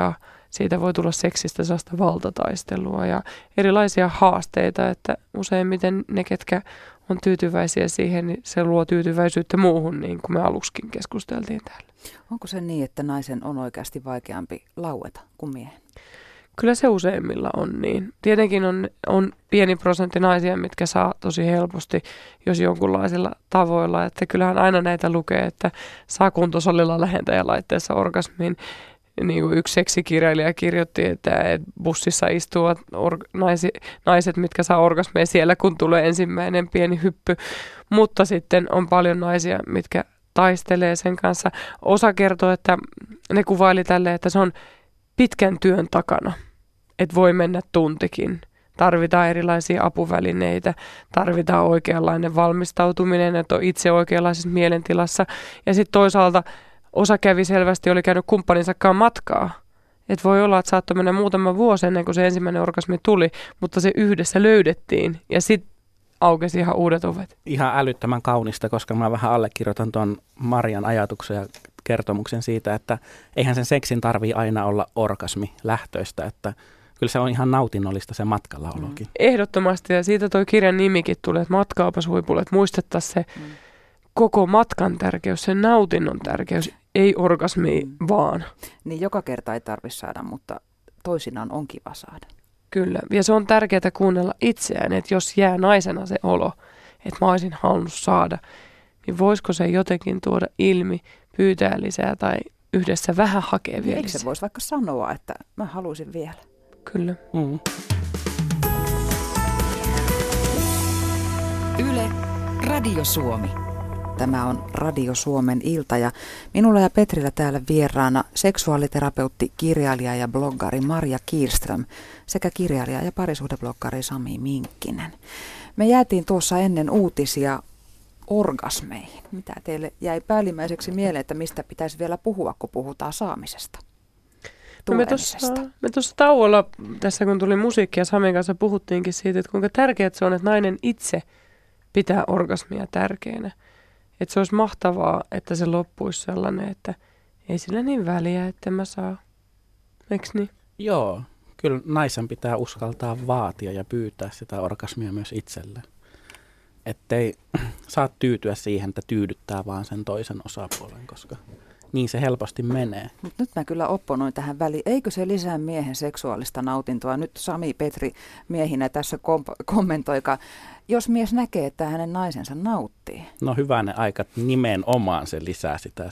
siitä voi tulla seksistä sellaista valtataistelua ja erilaisia haasteita, että useimmiten ne, ketkä on tyytyväisiä siihen, niin se luo tyytyväisyyttä muuhun, niin kuin me aluskin keskusteltiin täällä. Onko se niin, että naisen on oikeasti vaikeampi laueta kuin miehen? Kyllä se useimmilla on niin. Tietenkin on, on pieni prosentti naisia, mitkä saa tosi helposti, jos jonkunlaisilla tavoilla. Että kyllähän aina näitä lukee, että saa kuntosalilla lähentäjälaitteessa orgasmin. Niin kuin yksi seksikirjailija kirjoitti, että bussissa istuvat or- naisi, naiset, mitkä saa orgasmeja siellä, kun tulee ensimmäinen pieni hyppy. Mutta sitten on paljon naisia, mitkä taistelee sen kanssa. Osa kertoo, että ne kuvaili tälleen, että se on pitkän työn takana, että voi mennä tuntikin. Tarvitaan erilaisia apuvälineitä, tarvitaan oikeanlainen valmistautuminen, että on itse oikeanlaisessa mielentilassa. Ja sitten toisaalta osa kävi selvästi, oli käynyt kumppaninsakaan matkaa. Että voi olla, että saattoi mennä muutama vuosi ennen kuin se ensimmäinen orgasmi tuli, mutta se yhdessä löydettiin ja sitten aukesi ihan uudet ovet. Ihan älyttömän kaunista, koska mä vähän allekirjoitan tuon Marian ajatuksen ja kertomuksen siitä, että eihän sen seksin tarvii aina olla orgasmi lähtöistä, että kyllä se on ihan nautinnollista se matkallaolokin. Mm. Ehdottomasti, ja siitä toi kirjan nimikin tulee, että matkaapas huipulle, että muistettaisiin se mm. koko matkan tärkeys, sen nautinnon tärkeys, ei orgasmi mm. vaan. Niin joka kerta ei tarvitse saada, mutta toisinaan on kiva saada. Kyllä, ja se on tärkeää kuunnella itseään, että jos jää naisena se olo, että mä olisin halunnut saada, niin voisiko se jotenkin tuoda ilmi, pyytää lisää tai yhdessä vähän hakea vielä. Eikö se voisi vaikka sanoa, että mä haluaisin vielä? Kyllä. Mm. Yle, Radio Suomi. Tämä on Radio Suomen ilta ja minulla ja Petrillä täällä vieraana seksuaaliterapeutti, kirjailija ja bloggari Marja Kihlström sekä kirjailija ja parisuhdebloggari Sami Minkkinen. Me jäätiin tuossa ennen uutisia orgasmeihin. Mitä teille jäi päällimmäiseksi mieleen, että mistä pitäisi vielä puhua, kun puhutaan saamisesta? No me tuossa me tuossa tauolla, tässä kun tuli musiikki ja Samin kanssa puhuttiinkin siitä, että kuinka tärkeää se on, että nainen itse pitää orgasmia tärkeänä. Että se olisi mahtavaa, että se loppuisi sellainen, että ei sillä niin väliä, että mä saa. Eikö niin? Joo, kyllä naisen pitää uskaltaa vaatia ja pyytää sitä orgasmia myös itselleen. Ettei saa tyytyä siihen, että tyydyttää vaan sen toisen osapuolen, koska niin se helposti menee. Mut nyt mä kyllä opponoin tähän väliin. Eikö se lisää miehen seksuaalista nautintoa? Nyt Sami Petri miehinä tässä kom- kommentoika. Jos mies näkee, että hänen naisensa nauttii. No hyvänen aika, nimenomaan se lisää sitä.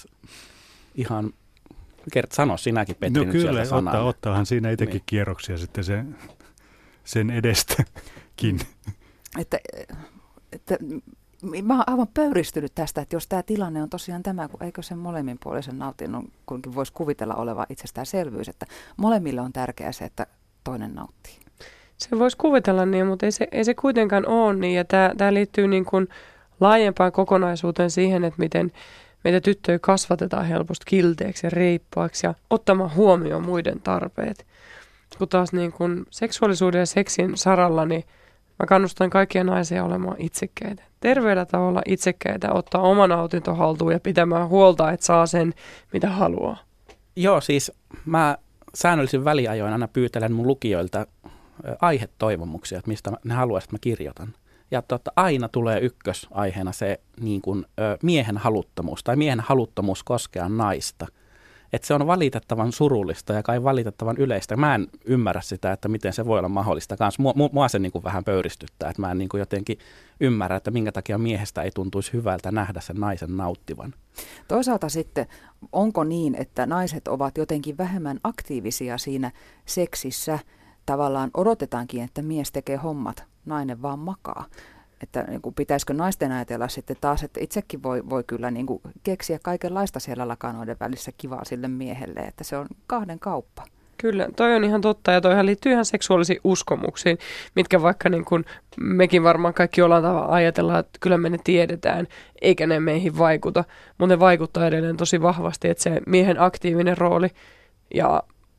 Ihan, kert sano sinäkin Petri no nyt kyllä, sieltä ottaa, ottaahan siinä itsekin niin. kierroksia sitten sen, sen edestäkin. Että, että mä oon aivan pöyristynyt tästä, että jos tämä tilanne on tosiaan tämä, kun eikö sen molemminpuolisen nautinnon kuitenkin voisi kuvitella olevan itsestäänselvyys, että molemmille on tärkeää se, että toinen nauttii. Se voisi kuvitella niin, mutta ei se, ei se kuitenkaan ole niin. Ja tämä liittyy niin kuin laajempaan kokonaisuuteen siihen, että miten meitä tyttöjä kasvatetaan helposti kilteeksi ja reippaaksi ja ottamaan huomioon muiden tarpeet. Kun taas niin kuin seksuaalisuuden ja seksin saralla, niin mä kannustan kaikkia naisia olemaan itsekkäitä. Terveellä tavalla itsekkäitä, ottaa oma nautinto haltuun ja pitämään huolta, että saa sen, mitä haluaa. Joo, siis mä säännöllisin väliajoin aina pyytelen mun lukijoilta aihetoivomuksia, että mistä ne haluaisivat, että mä kirjoitan. Ja totta, aina tulee ykkösaiheena se niin kuin, ö, miehen haluttomuus tai miehen haluttomuus koskea naista. Että se on valitettavan surullista ja kai valitettavan yleistä. Mä en ymmärrä sitä, että miten se voi olla mahdollista kanssa. Mua, mua se niin kuin vähän pöyristyttää, että mä en niin kuin jotenkin ymmärrä, että minkä takia miehestä ei tuntuisi hyvältä nähdä sen naisen nauttivan. Toisaalta sitten, onko niin, että naiset ovat jotenkin vähemmän aktiivisia siinä seksissä? Tavallaan odotetaankin, että mies tekee hommat, nainen vaan makaa. Että niin kuin, pitäisikö naisten ajatella sitten taas, että itsekin voi, voi kyllä niin kuin, keksiä kaikenlaista siellä lakanoiden välissä kivaa sille miehelle, että se on kahden kauppa. Kyllä, toi on ihan totta ja toihan liittyy ihan seksuaalisiin uskomuksiin, mitkä vaikka niin kuin mekin varmaan kaikki ollaan tavalla ajatellaan, että kyllä me ne tiedetään, eikä ne meihin vaikuta, mutta ne vaikuttaa edelleen tosi vahvasti, että se miehen aktiivinen rooli ja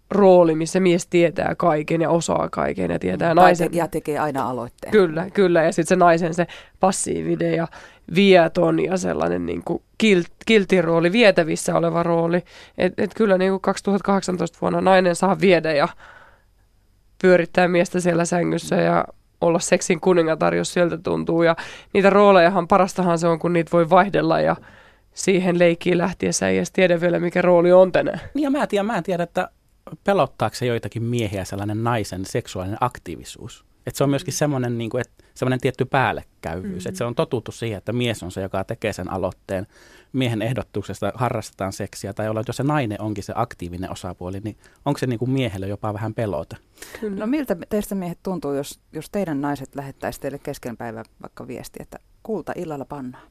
rooli, missä mies tietää kaiken ja osaa kaiken ja tietää Tai naisen. te- ja tekee aina aloitteen. Kyllä, kyllä. Ja sitten se naisen se passiivinen ja vieton ja sellainen niin kuin kilt, kiltin rooli, vietävissä oleva rooli. Että et kyllä niin kuin kaksituhattakahdeksantoista vuonna nainen saa viedä ja pyörittää miestä siellä sängyssä ja olla seksin kuningatar, jos sieltä tuntuu. Ja niitä roolejahan, parastahan se on, kun niitä voi vaihdella ja siihen leikkiin lähtiessä ei edes tiedä vielä, mikä rooli on tänään. Niin ja mä en tiedä, mä en tiedä että pelottaako se joitakin miehiä sellainen naisen seksuaalinen aktiivisuus. Että se on myöskin semmoinen, niin kuin, että semmoinen tietty päällekäyvyys. Mm-hmm. Että se on totuttu siihen, että mies on se, joka tekee sen aloitteen. Miehen ehdotuksesta harrastetaan seksiä. Tai olla, että jos se nainen onkin se aktiivinen osapuoli, niin onko se niin kuin miehelle jopa vähän pelota? Kyllä. No miltä teistä miehet tuntuu, jos, jos teidän naiset lähettäisi teille kesken päivän vaikka viesti, että kulta illalla pannaan?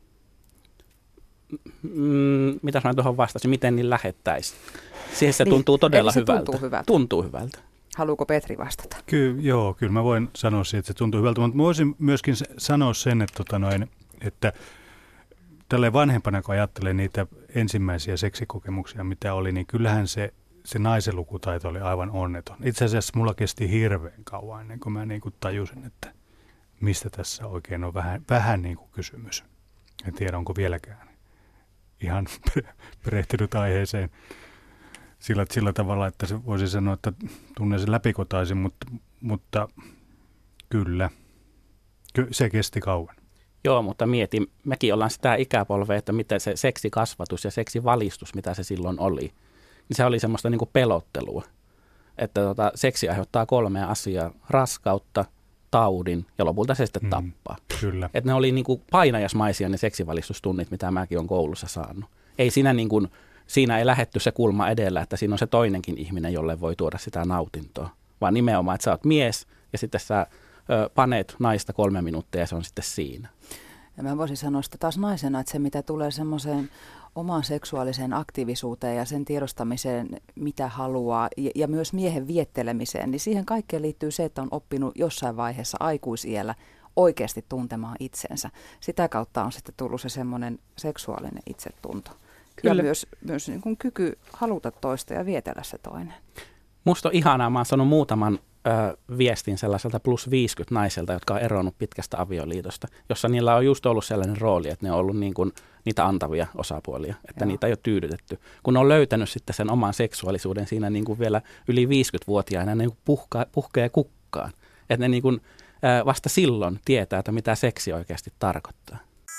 Mm, mitäs mä tuohon vastasin? Miten niin lähettäisi? Siihen se niin, tuntuu todella se hyvältä. Tuntuu hyvältä. Tuntuu hyvältä. Haluuko Petri vastata? Kyllä, joo, kyllä mä voin sanoa siitä, että se tuntuu hyvältä, mutta mä voisin myöskin sanoa sen, että, tota noin, että tälleen vanhempana, kun ajattelee niitä ensimmäisiä seksikokemuksia, mitä oli, niin kyllähän se, se naisen lukutaito oli aivan onneton. Itse asiassa mulla kesti hirveän kauan ennen kuin mä niin kuin tajusin, että mistä tässä oikein on vähän, vähän niin kuin kysymys. En tiedä, onko vieläkään ihan perehtynyt aiheeseen sillä, sillä tavalla, että se voisi sanoa, että tunnen sen läpikotaisin, mutta, mutta kyllä, Ky- se kesti kauan. Joo, mutta mietin, mekin ollaan sitä ikäpolvea, että miten se seksikasvatus ja seksivalistus, mitä se silloin oli, niin se oli semmoista niin kuin pelottelua, että tota, seksi aiheuttaa kolmea asiaa, raskautta, taudin ja lopulta se sitten mm, tappaa. Kyllä. Että ne oli niin kuin painajasmaisia ne seksivalistustunnit, mitä mäkin olen koulussa saanut. Ei siinä, niin kuin, siinä ei lähetty se kulma edellä, että siinä on se toinenkin ihminen, jolle voi tuoda sitä nautintoa, vaan nimenomaan, että sä oot mies ja sitten sä ö, paneet naista kolme minuuttia ja se on sitten siinä. Ja mä voisin sanoa sitä taas naisena, että se mitä tulee semmoiseen omaan seksuaaliseen aktiivisuuteen ja sen tiedostamiseen, mitä haluaa, ja, ja myös miehen viettelemiseen, niin siihen kaikkeen liittyy se, että on oppinut jossain vaiheessa aikuisiällä oikeasti tuntemaan itsensä. Sitä kautta on sitten tullut se semmoinen seksuaalinen itsetunto. Kyllä. Ja myös, myös niin kuin kyky haluta toista ja vietellä se toinen. Musta on ihanaa, mä oon sanonut muutaman ö, viestin sellaiselta plus viisikymmentä naiselta, jotka on eronnut pitkästä avioliitosta, jossa niillä on just ollut sellainen rooli, että ne on ollut niin kuin niitä antavia osapuolia, että Joo. niitä ei ole tyydytetty. Kun ne on löytänyt sitten sen oman seksuaalisuuden siinä niin kuin vielä yli viisikymmentävuotiaana, ne niin puhkaa, puhkee kukkaan. Että ne niin kuin, ö, vasta silloin tietää, että mitä seksi oikeasti tarkoittaa.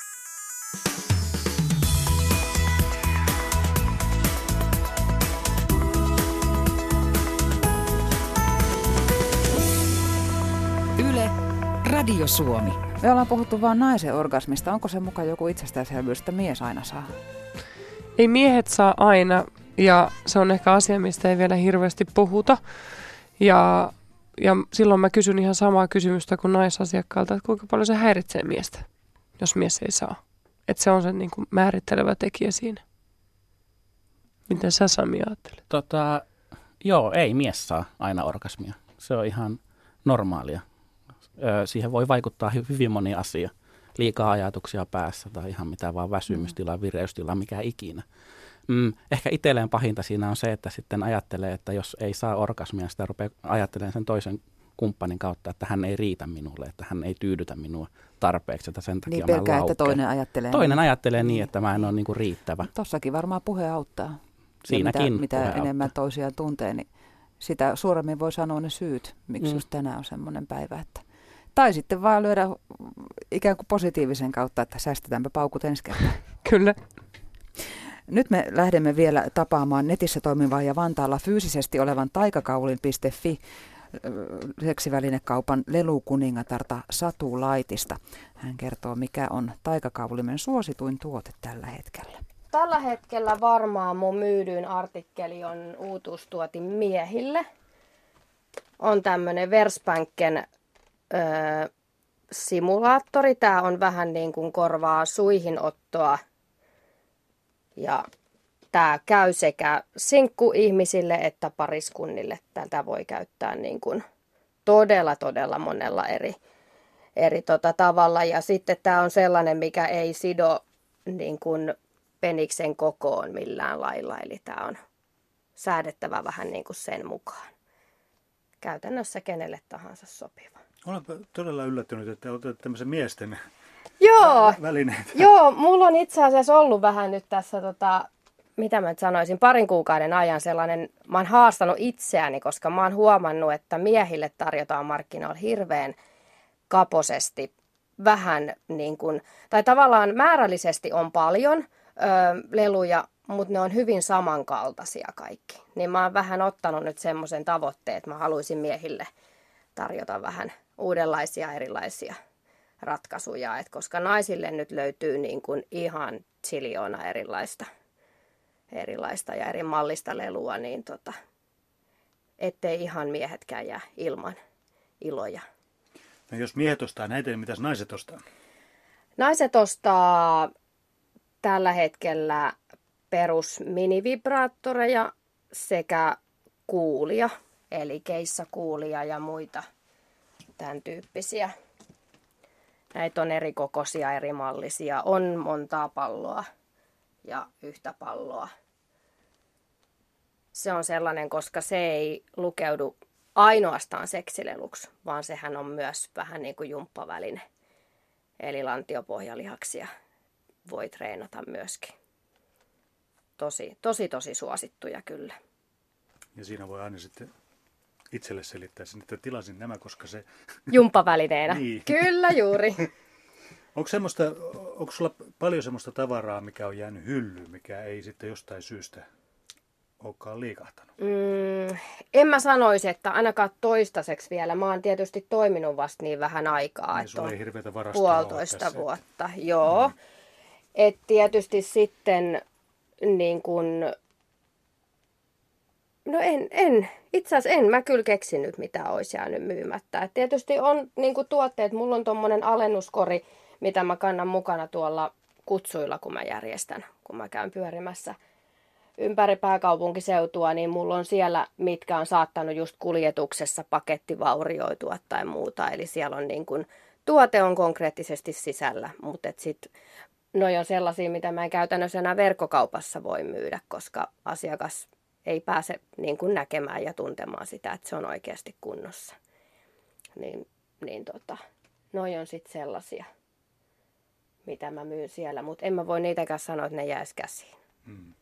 Yle, Radio Suomi. Me ollaan puhuttu vaan naisen orgasmista. Onko se mukaan joku itsestäänselvyys, että mies aina saa? Ei miehet saa aina, ja se on ehkä asia, mistä ei vielä hirveästi puhuta. Ja, ja silloin mä kysyn ihan samaa kysymystä kuin naisasiakkaalta, että kuinka paljon se häiritsee miestä, jos mies ei saa. Että se on se niin kuin määrittelevä tekijä siinä. Miten sä, Sami, ajattelet? Tota, joo, ei mies saa aina orgasmia. Se on ihan normaalia. Siihen voi vaikuttaa hyvin moni asia. Liikaa ajatuksia päässä tai ihan mitä vaan väsymystila, vireystila, mikä ikinä. Mm, ehkä itselleen pahinta siinä on se, että sitten ajattelee, että jos ei saa orgasmia, sitä rupeaa ajattelemaan sen toisen kumppanin kautta, että hän ei riitä minulle, että hän ei tyydytä minua tarpeeksi, että sen takia niin mä pelkää, laukeen. että toinen ajattelee. Toinen niin. ajattelee niin, että mä en ole niinku riittävä. Tossakin varmaan puhe auttaa. Siinäkin mitä, mitä enemmän auttaa. toisiaan tuntee, niin sitä suuremmin voi sanoa ne syyt, miksi Mm. just tänään on semmoinen päivä, että tai sitten vaan lyödä ikään kuin positiivisen kautta, että säästetäänpä paukut ensi kertaa. Kyllä. Nyt me lähdemme vielä tapaamaan netissä toimivan ja Vantaalla fyysisesti olevan taikakaulin piste fi seksivälinekaupan lelukuningatarta Satu Laitista. Hän kertoo, mikä on taikakaulimen suosituin tuote tällä hetkellä. Tällä hetkellä varmaan mun myydyin artikkeli on uutuustuotin miehille. On tämmönen Versbanken öö, simulaattori. Tää on vähän niin kuin korvaa suihinottoa. Ja tää käy sekä sinkkuihmisille että pariskunnille. Tätä voi käyttää niin kuin todella todella monella eri, eri tota tavalla. Ja sitten tää on sellainen, mikä ei sido niin kuin peniksen kokoon millään lailla. Eli tää on säädettävä vähän niin kuin sen mukaan. Käytännössä kenelle tahansa sopiva. Olenpa todella yllättynyt, että otat tämmöisen miesten Joo, välineitä. Joo, mulla on itse asiassa ollut vähän nyt tässä, tota, mitä mä nyt sanoisin, parin kuukauden ajan sellainen, mä oon haastanut itseäni, koska mä oon huomannut, että miehille tarjotaan markkinoilla hirveän kaposesti vähän niin kuin, tai tavallaan määrällisesti on paljon ö, leluja, mutta ne on hyvin samankaltaisia kaikki. Niin mä oon vähän ottanut nyt semmoisen tavoitteen, että mä haluaisin miehille tarjota vähän uudenlaisia erilaisia ratkaisuja, et koska naisille nyt löytyy niin kuin ihan ziljoona erilaista, erilaista ja eri mallista lelua, niin tota, ettei ihan miehetkään jää ilman iloja. No jos miehet ostaa näitä, niin mitäs naiset ostaa? Naiset ostaa tällä hetkellä perus minivibraattoreja sekä kuulia, eli keissakuulia ja muita tämän tyyppisiä. Näitä on eri kokoisia, eri mallisia. On montaa palloa ja yhtä palloa. Se on sellainen, koska se ei lukeudu ainoastaan seksileluksi, vaan sehän on myös vähän niin kuin jumppaväline. Eli lantiopohjalihaksia voi treenata myöskin. Tosi, tosi, tosi suosittuja kyllä. Ja siinä voi aina sitten itselle selittää sen, että tilasin nämä, koska se... Jumppavälineenä. Niin. Kyllä juuri. Onko, semmoista, onko sulla paljon semmoista tavaraa, mikä on jäänyt hyllyyn, mikä ei sitten jostain syystä olekaan liikahtanut? Mm, en mä sanoisi, että ainakaan toistaiseksi vielä. Mä oon tietysti toiminut vasta niin vähän aikaa. Niin, että sulla on ei hirveätä varastoa puolitoista tässä, vuotta. Että... Joo. Mm. Et tietysti sitten niin kun... No en, en. Itse asiassa en mä kyllä keksinyt, mitä olisi jäänyt myymättä. Et tietysti on niin kuin tuotteet, mulla on tommonen alennuskori, mitä mä kannan mukana tuolla kutsuilla, kun mä järjestän, kun mä käyn pyörimässä ympäri pääkaupunkiseutua, niin mulla on siellä, mitkä on saattanut just kuljetuksessa pakettivaurioitua tai muuta. Eli siellä on niin kuin, tuote on konkreettisesti sisällä, mutta sitten noi on sellaisia, mitä mä en käytännössä enää verkkokaupassa voi myydä, koska asiakas ei pääse niin kuin näkemään ja tuntemaan sitä, että se on oikeasti kunnossa. Niin, niin tota, noi on sitten sellaisia, mitä mä myyn siellä, mutta en mä voi niitäkään sanoa, että ne jäisi käsiin. Hmm.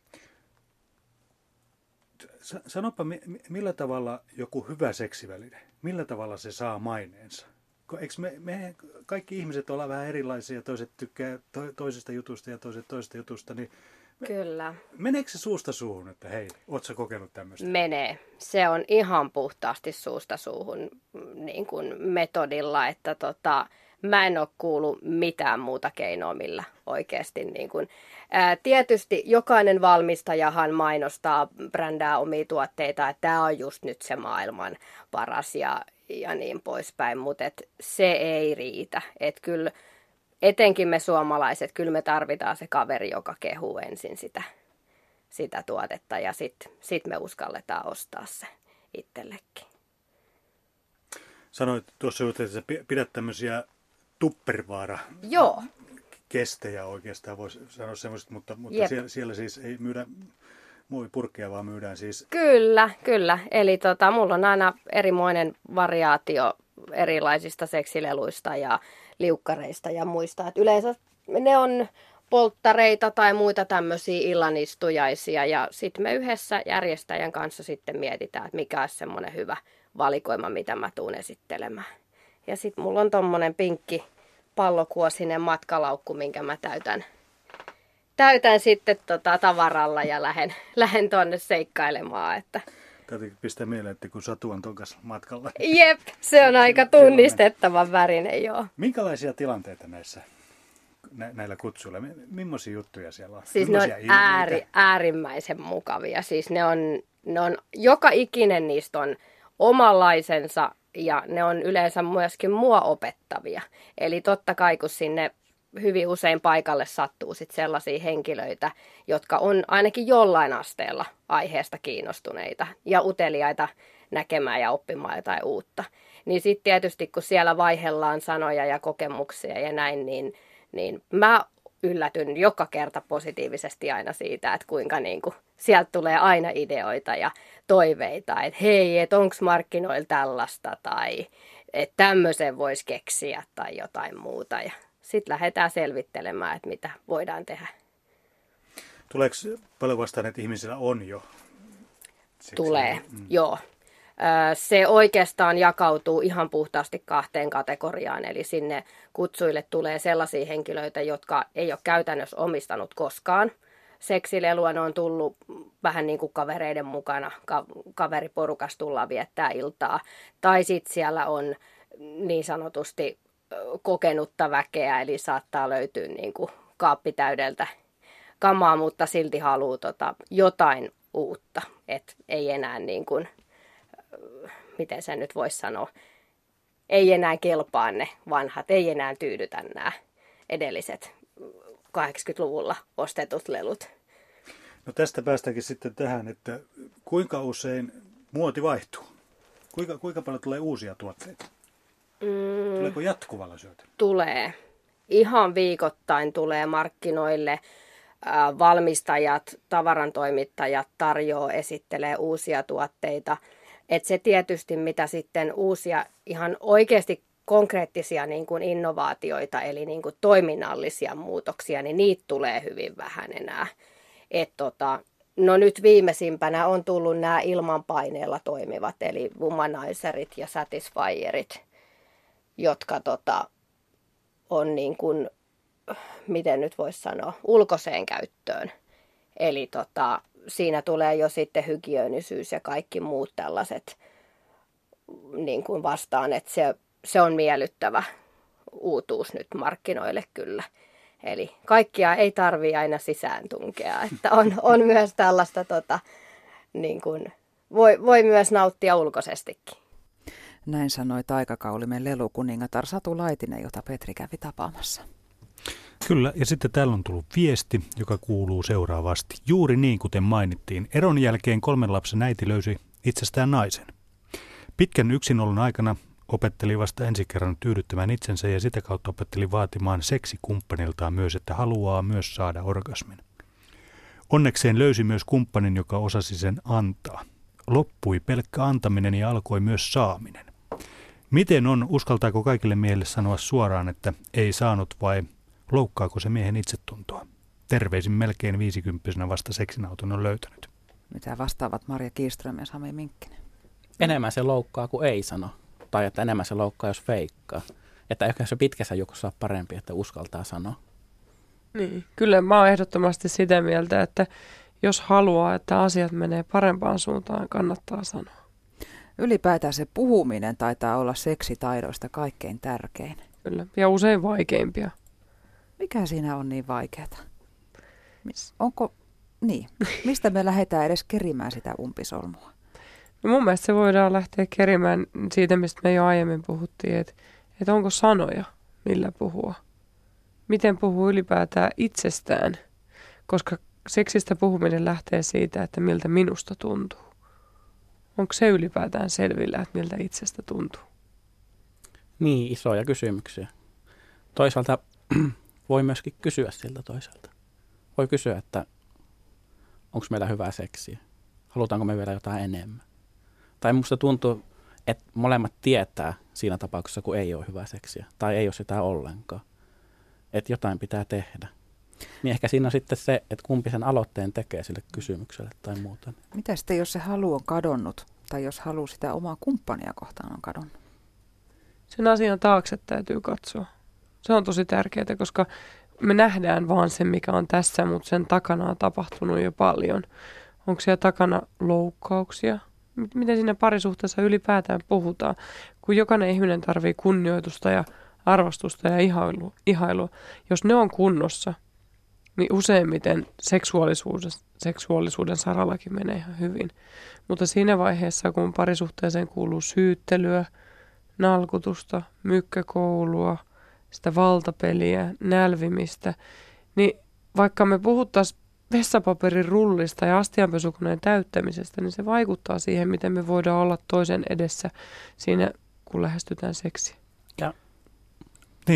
Sanopa, millä tavalla joku hyvä seksiväline, millä tavalla se saa maineensa? Eikö me, me kaikki ihmiset ollaan vähän erilaisia, toiset tykkää to, toisesta jutusta ja toiset toisesta jutusta, niin Kyllä. Meneekö se suusta suuhun, että hei, ootko sä kokenut tämmöistä? Menee. Se on ihan puhtaasti suusta suuhun niin kuin metodilla, että tota, mä en ole kuullut mitään muuta keinoa, millä oikeasti. Niin kuin, ää, tietysti jokainen valmistajahan mainostaa, brändää omia tuotteita, että tämä on just nyt se maailman paras ja, ja niin poispäin, mutta et se ei riitä. Et kyllä, etenkin me suomalaiset, kyllä me tarvitaan se kaveri, joka kehuu ensin sitä, sitä tuotetta ja sitten sit me uskalletaan ostaa se itsellekin. Sanoit tuossa, että sä pidät tämmöisiä tuppervaara Joo. kestejä oikeastaan, voisi sanoa semmoista, mutta, mutta siellä, siellä siis ei myydä muovipurkkeja, vaan myydään siis... Kyllä, kyllä. Eli tota, mulla on aina erimoinen variaatio erilaisista seksileluista ja liukkareista ja muista. Et yleensä ne on polttareita tai muita tämmöisiä illanistujaisia ja sitten me yhdessä järjestäjän kanssa sitten mietitään, että mikä olisi semmoinen hyvä valikoima, mitä mä tuun esittelemään. Ja sitten mulla on tommonen pinkki pallokuosinen matkalaukku, minkä mä täytän, täytän sitten tota tavaralla ja lähden, lähden tonne seikkailemaan. Että... Täytyy pistää mieleen, että kun Satu on ton kanssa matkalla. Jep, se on aika tunnistettavan värinen, joo. Minkälaisia tilanteita näissä nä- näillä kutsuilla? Millaisia juttuja siellä on? Siis ne on ääri, äärimmäisen mukavia. Siis ne on, ne on, joka ikinen niistä on omanlaisensa ja ne on yleensä myöskin mua opettavia. Eli totta kai kun sinne hyvin usein paikalle sattuu sit sellaisia henkilöitä, jotka on ainakin jollain asteella aiheesta kiinnostuneita ja uteliaita näkemään ja oppimaan jotain uutta. Niin sitten tietysti kun siellä vaihellaan sanoja ja kokemuksia ja näin, niin, niin mä yllätyn joka kerta positiivisesti aina siitä, että kuinka niin kuin, sieltä tulee aina ideoita ja toiveita, että hei, että onko markkinoilla tällaista tai että tämmöisen voisi keksiä tai jotain muuta. Ja sitten lähdetään selvittelemään, että mitä voidaan tehdä. Tuleeko paljon vastaan, että ihmisillä on jo seksiä? Tulee, mm. joo. Se oikeastaan jakautuu ihan puhtaasti kahteen kategoriaan, eli sinne kutsuille tulee sellaisia henkilöitä, jotka ei ole käytännössä omistanut koskaan seksilelua. Ne on tullut vähän niin kuin kavereiden mukana, ka- kaveriporukas tullaan viettää iltaa. Tai sitten siellä on niin sanotusti kokenutta väkeä, eli saattaa löytyä niin kuin kaappi täydeltä kamaa, mutta silti haluaa tota jotain uutta, että ei enää niin kuin, miten sen nyt voisi sanoa, ei enää kelpaa ne vanhat, ei enää tyydytä nämä edelliset kahdeksankymmentäluvulla ostetut lelut. No tästä päästäänkin sitten tähän, että kuinka usein muoti vaihtuu? Kuinka, kuinka paljon tulee uusia tuotteita? Mm, Tuleeko jatkuvalla syötöllä? Tulee. Ihan viikoittain tulee markkinoille. Valmistajat, tavarantoimittajat tarjoaa, esittelee uusia tuotteita. Et se tietysti, mitä sitten uusia ihan oikeasti konkreettisia niin kuin innovaatioita, eli niin kuin toiminnallisia muutoksia, niin niitä tulee hyvin vähän enää. Et tota, no nyt viimeisimpänä on tullut nämä ilmanpaineella toimivat, eli Womanizerit ja Satisfyerit, jotka tota, on niin kuin, miten nyt voisi sanoa, ulkoiseen käyttöön. Eli tota, siinä tulee jo sitten hygienisyys ja kaikki muut tällaiset niin kuin vastaan, että se, se on miellyttävä uutuus nyt markkinoille kyllä. Eli kaikkia ei tarvitse aina sisään tunkea, että on, on myös tällaista, tota, niin kuin, voi, voi myös nauttia ulkoisestikin. Näin sanoi taikakaulimen lelukuningatar Satu Laitinen, jota Petri kävi tapaamassa. Kyllä, ja sitten täällä on tullut viesti, joka kuuluu seuraavasti. Juuri niin, kuten mainittiin, eron jälkeen kolmen lapsen äiti löysi itsestään naisen. Pitkän yksinolon aikana opetteli vasta ensi kerran tyydyttämään itsensä ja sitä kautta opetteli vaatimaan seksikumppaniltaan myös, että haluaa myös saada orgasmin. Onnekseen löysi myös kumppanin, joka osasi sen antaa. Loppui pelkkä antaminen ja alkoi myös saaminen. Miten on, uskaltaako kaikille miehille sanoa suoraan, että ei saanut vai loukkaako se miehen itsetuntoa? Terveisin melkein viisikymppisenä vasta seksinauton on löytänyt. Mitä vastaavat Marja Kiiström ja Sami Minkkinen? Enemmän se loukkaa kuin ei sano. Tai että enemmän se loukkaa, jos feikkaa. Että ehkä se pitkässä juoksussa on parempi, että uskaltaa sanoa. Niin, kyllä mä oon ehdottomasti sitä mieltä, että jos haluaa, että asiat menee parempaan suuntaan, kannattaa sanoa. Ylipäätään se puhuminen taitaa olla seksitaidoista kaikkein tärkein. Kyllä, ja usein vaikeimpia. Mikä siinä on niin vaikeaa? Onko, niin, mistä me lähdetään edes kerimään sitä umpisolmua? No mun mielestä se voidaan lähteä kerimään siitä, mistä me jo aiemmin puhuttiin, että, että onko sanoja, millä puhua. Miten puhuu ylipäätään itsestään, koska seksistä puhuminen lähtee siitä, että miltä minusta tuntuu. Onko se ylipäätään selvillä, että miltä itsestä tuntuu? Niin, isoja kysymyksiä. Toisaalta voi myöskin kysyä siltä toisaalta. Voi kysyä, että onko meillä hyvää seksiä? Halutaanko me vielä jotain enemmän? Tai musta tuntuu, että molemmat tietää siinä tapauksessa, kun ei ole hyvää seksiä. Tai ei ole sitä ollenkaan. Että jotain pitää tehdä. Niin ehkä siinä on sitten se, että kumpi sen aloitteen tekee sille kysymykselle tai muuta. Mitä sitten, jos se halu on kadonnut? Tai jos halu sitä omaa kumppania kohtaan on kadonnut? Sen asian taakse täytyy katsoa. Se on tosi tärkeää, koska me nähdään vaan sen, mikä on tässä, mutta sen takana on tapahtunut jo paljon. Onko siellä takana loukkauksia? Miten siinä parisuhteessa ylipäätään puhutaan? Kun jokainen ihminen tarvitsee kunnioitusta ja arvostusta ja ihailua, ihailua. Jos ne on kunnossa, niin useimmiten seksuaalisuuden, seksuaalisuuden sarallakin menee ihan hyvin. Mutta siinä vaiheessa, kun parisuhteeseen kuuluu syyttelyä, nalkutusta, mykkäkoulua, sitä valtapeliä, nälvimistä, niin vaikka me puhuttaisiin vessapaperin rullista ja astianpesukoneen täyttämisestä, niin se vaikuttaa siihen, miten me voidaan olla toisen edessä siinä, kun lähestytään seksiä. Ja. Niin,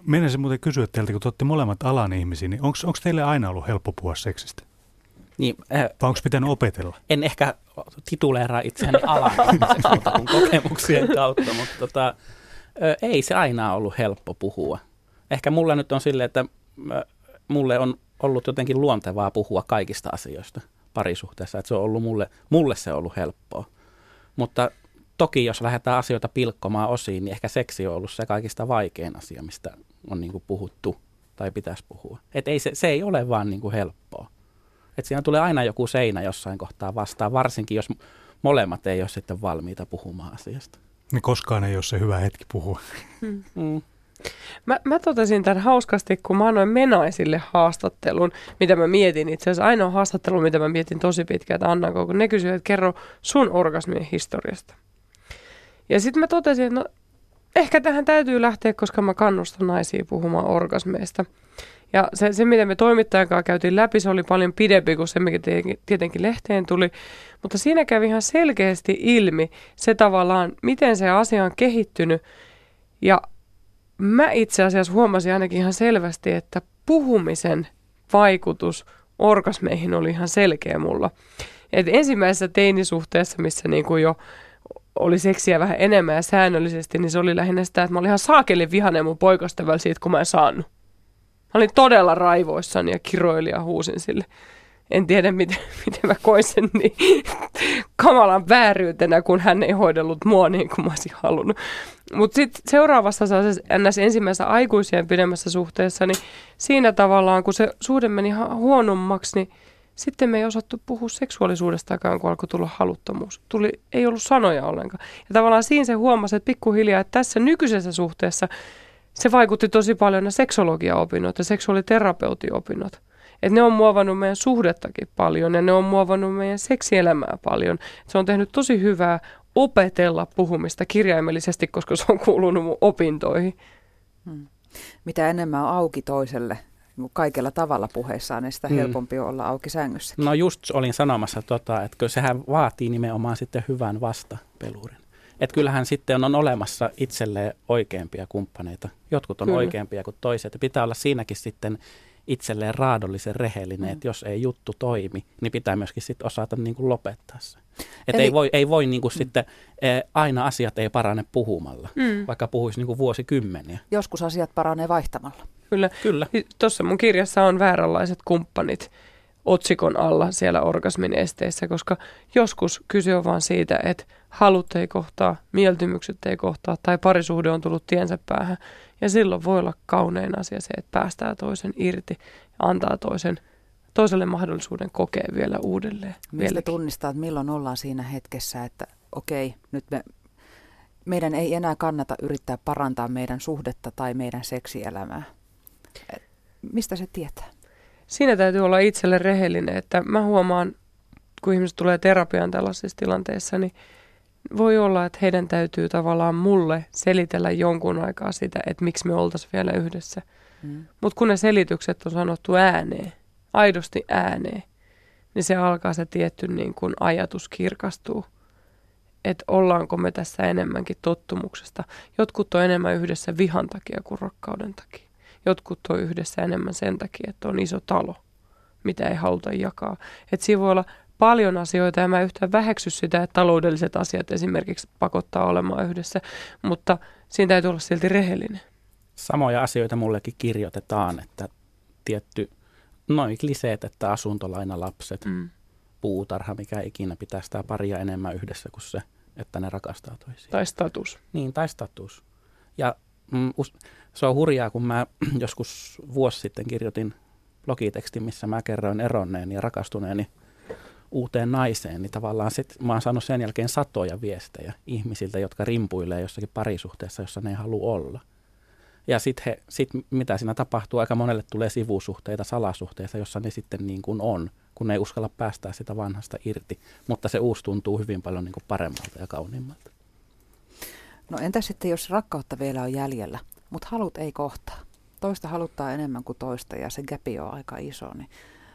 Meinasin muuten kysyä teiltä, kun te olette molemmat alan ihmisiä, niin onko teille aina ollut helppo puhua seksistä? Niin, äh, Vai onko pitänyt opetella? En ehkä tituleeraa itseäni alan ihmiseksi muuta kuin kokemuksien kautta, mutta tota, äh, ei se aina ollut helppo puhua. Ehkä mulla nyt on silleen, että äh, mulle on ollut jotenkin luontevaa puhua kaikista asioista parisuhteessa, että se on ollut mulle, mulle se on ollut helppoa. Mutta toki jos lähdetään asioita pilkkomaan osiin, niin ehkä seksi on ollut se kaikista vaikein asia, mistä on niin kuin puhuttu tai pitäisi puhua. Et ei se, se ei ole vaan niin kuin helppoa. Et siinä tulee aina joku seinä jossain kohtaa vastaan, varsinkin jos molemmat ei ole sitten valmiita puhumaan asiasta. Niin koskaan ei ole se hyvä hetki puhua. Hmm. Mm. Mä, mä totesin tämän hauskasti, kun mä annoin Menaisille haastattelun, mitä mä mietin. Itse asiassa ainoa haastattelu, mitä mä mietin tosi pitkään, että Annako, kun ne kysyivät, että kerro sun orgasmien historiasta. Ja sitten mä totesin, että no ehkä tähän täytyy lähteä, koska mä kannustan naisia puhumaan orgasmeista. Ja se, se mitä me toimittajan kanssa käytiin läpi, se oli paljon pidempi kuin se, mikä tietenkin lehteen tuli. Mutta siinä kävi ihan selkeästi ilmi se tavallaan, miten se asia on kehittynyt. Ja mä itse asiassa huomasin ainakin ihan selvästi, että puhumisen vaikutus orgasmeihin oli ihan selkeä mulla. Et ensimmäisessä teinisuhteessa, missä niinku jo oli seksiä vähän enemmän ja säännöllisesti, niin se oli lähinnä sitä, että mä olin ihan saakelin vihainen mun poikaystävällä siitä, kun mä en saanut. Mä olin todella raivoissani ja kiroilin ja huusin sille. En tiedä, miten, miten mä koin sen niin kamalan vääryytenä, kun hän ei hoidellut mua niin kuin mä olisin halunnut. Mutta sitten seuraavassa ns. Ensimmäisessä aikuisien pidemmässä suhteessa, niin siinä tavallaan, kun se suhde meni huonommaksi, niin sitten me ei osattu puhua seksuaalisuudestakaan, kun alkoi tulla haluttomuus. Tuli, ei ollut sanoja ollenkaan. Ja tavallaan siinä se huomasi, että pikkuhiljaa, että tässä nykyisessä suhteessa se vaikutti tosi paljon ne seksologiaopinnot ja seksuaaliterapeutiopinnot. Että ne on muovannut meidän suhdettakin paljon ja ne on muovannut meidän seksielämää paljon. Se on tehnyt tosi hyvää opetella puhumista kirjaimellisesti, koska se on kuulunut mun opintoihin. Hmm. Mitä enemmän on auki toiselle kaikella tavalla puheissaan, niin sitä helpompi on olla auki sängyssä. No just olin sanomassa, tota, että sehän vaatii nimenomaan sitten hyvän vastapelurin. Että kyllähän sitten on olemassa itselleen oikeampia kumppaneita. Jotkut on Kyllä. oikeampia kuin toiset. Ja pitää olla siinäkin sitten itselleen raadollisen rehellinen, mm. että jos ei juttu toimi, niin pitää myöskin sitten osata niin kuin lopettaa se. Että Eli... ei voi, ei voi niin kuin mm. sitten, aina asiat ei parane puhumalla, mm. vaikka puhuisi niin kuin vuosikymmeniä. Joskus asiat paranee vaihtamalla. Kyllä. Kyllä. Tuossa mun kirjassa on vääränlaiset kumppanit otsikon alla siellä orgasmin esteissä, koska joskus kyse on vaan siitä, että halut ei kohtaa, mieltymykset ei kohtaa tai parisuhde on tullut tiensä päähän. Ja silloin voi olla kaunein asia se, että päästää toisen irti ja antaa toisen, toiselle mahdollisuuden kokea vielä uudelleen. Mistä tunnistaa, että milloin ollaan siinä hetkessä, että okei, nyt me, meidän ei enää kannata yrittää parantaa meidän suhdetta tai meidän seksielämää. Mistä se tietää? Siinä täytyy olla itselle rehellinen, että mä huomaan, kun ihmiset tulee terapiaan tällaisissa tilanteissa, niin voi olla, että heidän täytyy tavallaan mulle selitellä jonkun aikaa sitä, että miksi me oltaisiin vielä yhdessä. Mm. Mutta kun ne selitykset on sanottu ääneen, aidosti ääneen, niin se alkaa se tietty niin kuin ajatus kirkastuu, että ollaanko me tässä enemmänkin tottumuksesta. Jotkut on enemmän yhdessä vihan takia kuin rakkauden takia. Jotkut on yhdessä enemmän sen takia, että on iso talo, mitä ei haluta jakaa. Että siinä voi olla paljon asioita ja mä yhtään väheksy sitä, että taloudelliset asiat esimerkiksi pakottaa olemaan yhdessä, mutta siinä täytyy olla silti rehellinen. Samoja asioita mullekin kirjoitetaan, että tietty, noin kliseet, että asuntolaina, lapset, mm. puutarha, mikä ikinä pitää sitä paria enemmän yhdessä kuin se, että ne rakastaa toisiaan. Tai status. Niin, tai status. Ja mm, se on hurjaa, kun mä joskus vuosi sitten kirjoitin blogitekstin, missä mä kerroin eronneeni ja rakastuneeni uuteen naiseen, niin tavallaan sit, mä oon saanut sen jälkeen satoja viestejä ihmisiltä, jotka rimpuilee jossakin parisuhteessa, jossa ne ei halua olla. Ja sitten sit, mitä siinä tapahtuu, aika monelle tulee sivusuhteita, salasuhteita, jossa ne sitten niin kuin on, kun ne ei uskalla päästää sitä vanhasta irti, mutta se uusi tuntuu hyvin paljon niin kuin paremmalta ja kauniimmalta. No entä sitten, jos rakkautta vielä on jäljellä, mutta halut ei kohtaa? Toista haluttaa enemmän kuin toista ja se gäpi on aika iso, niin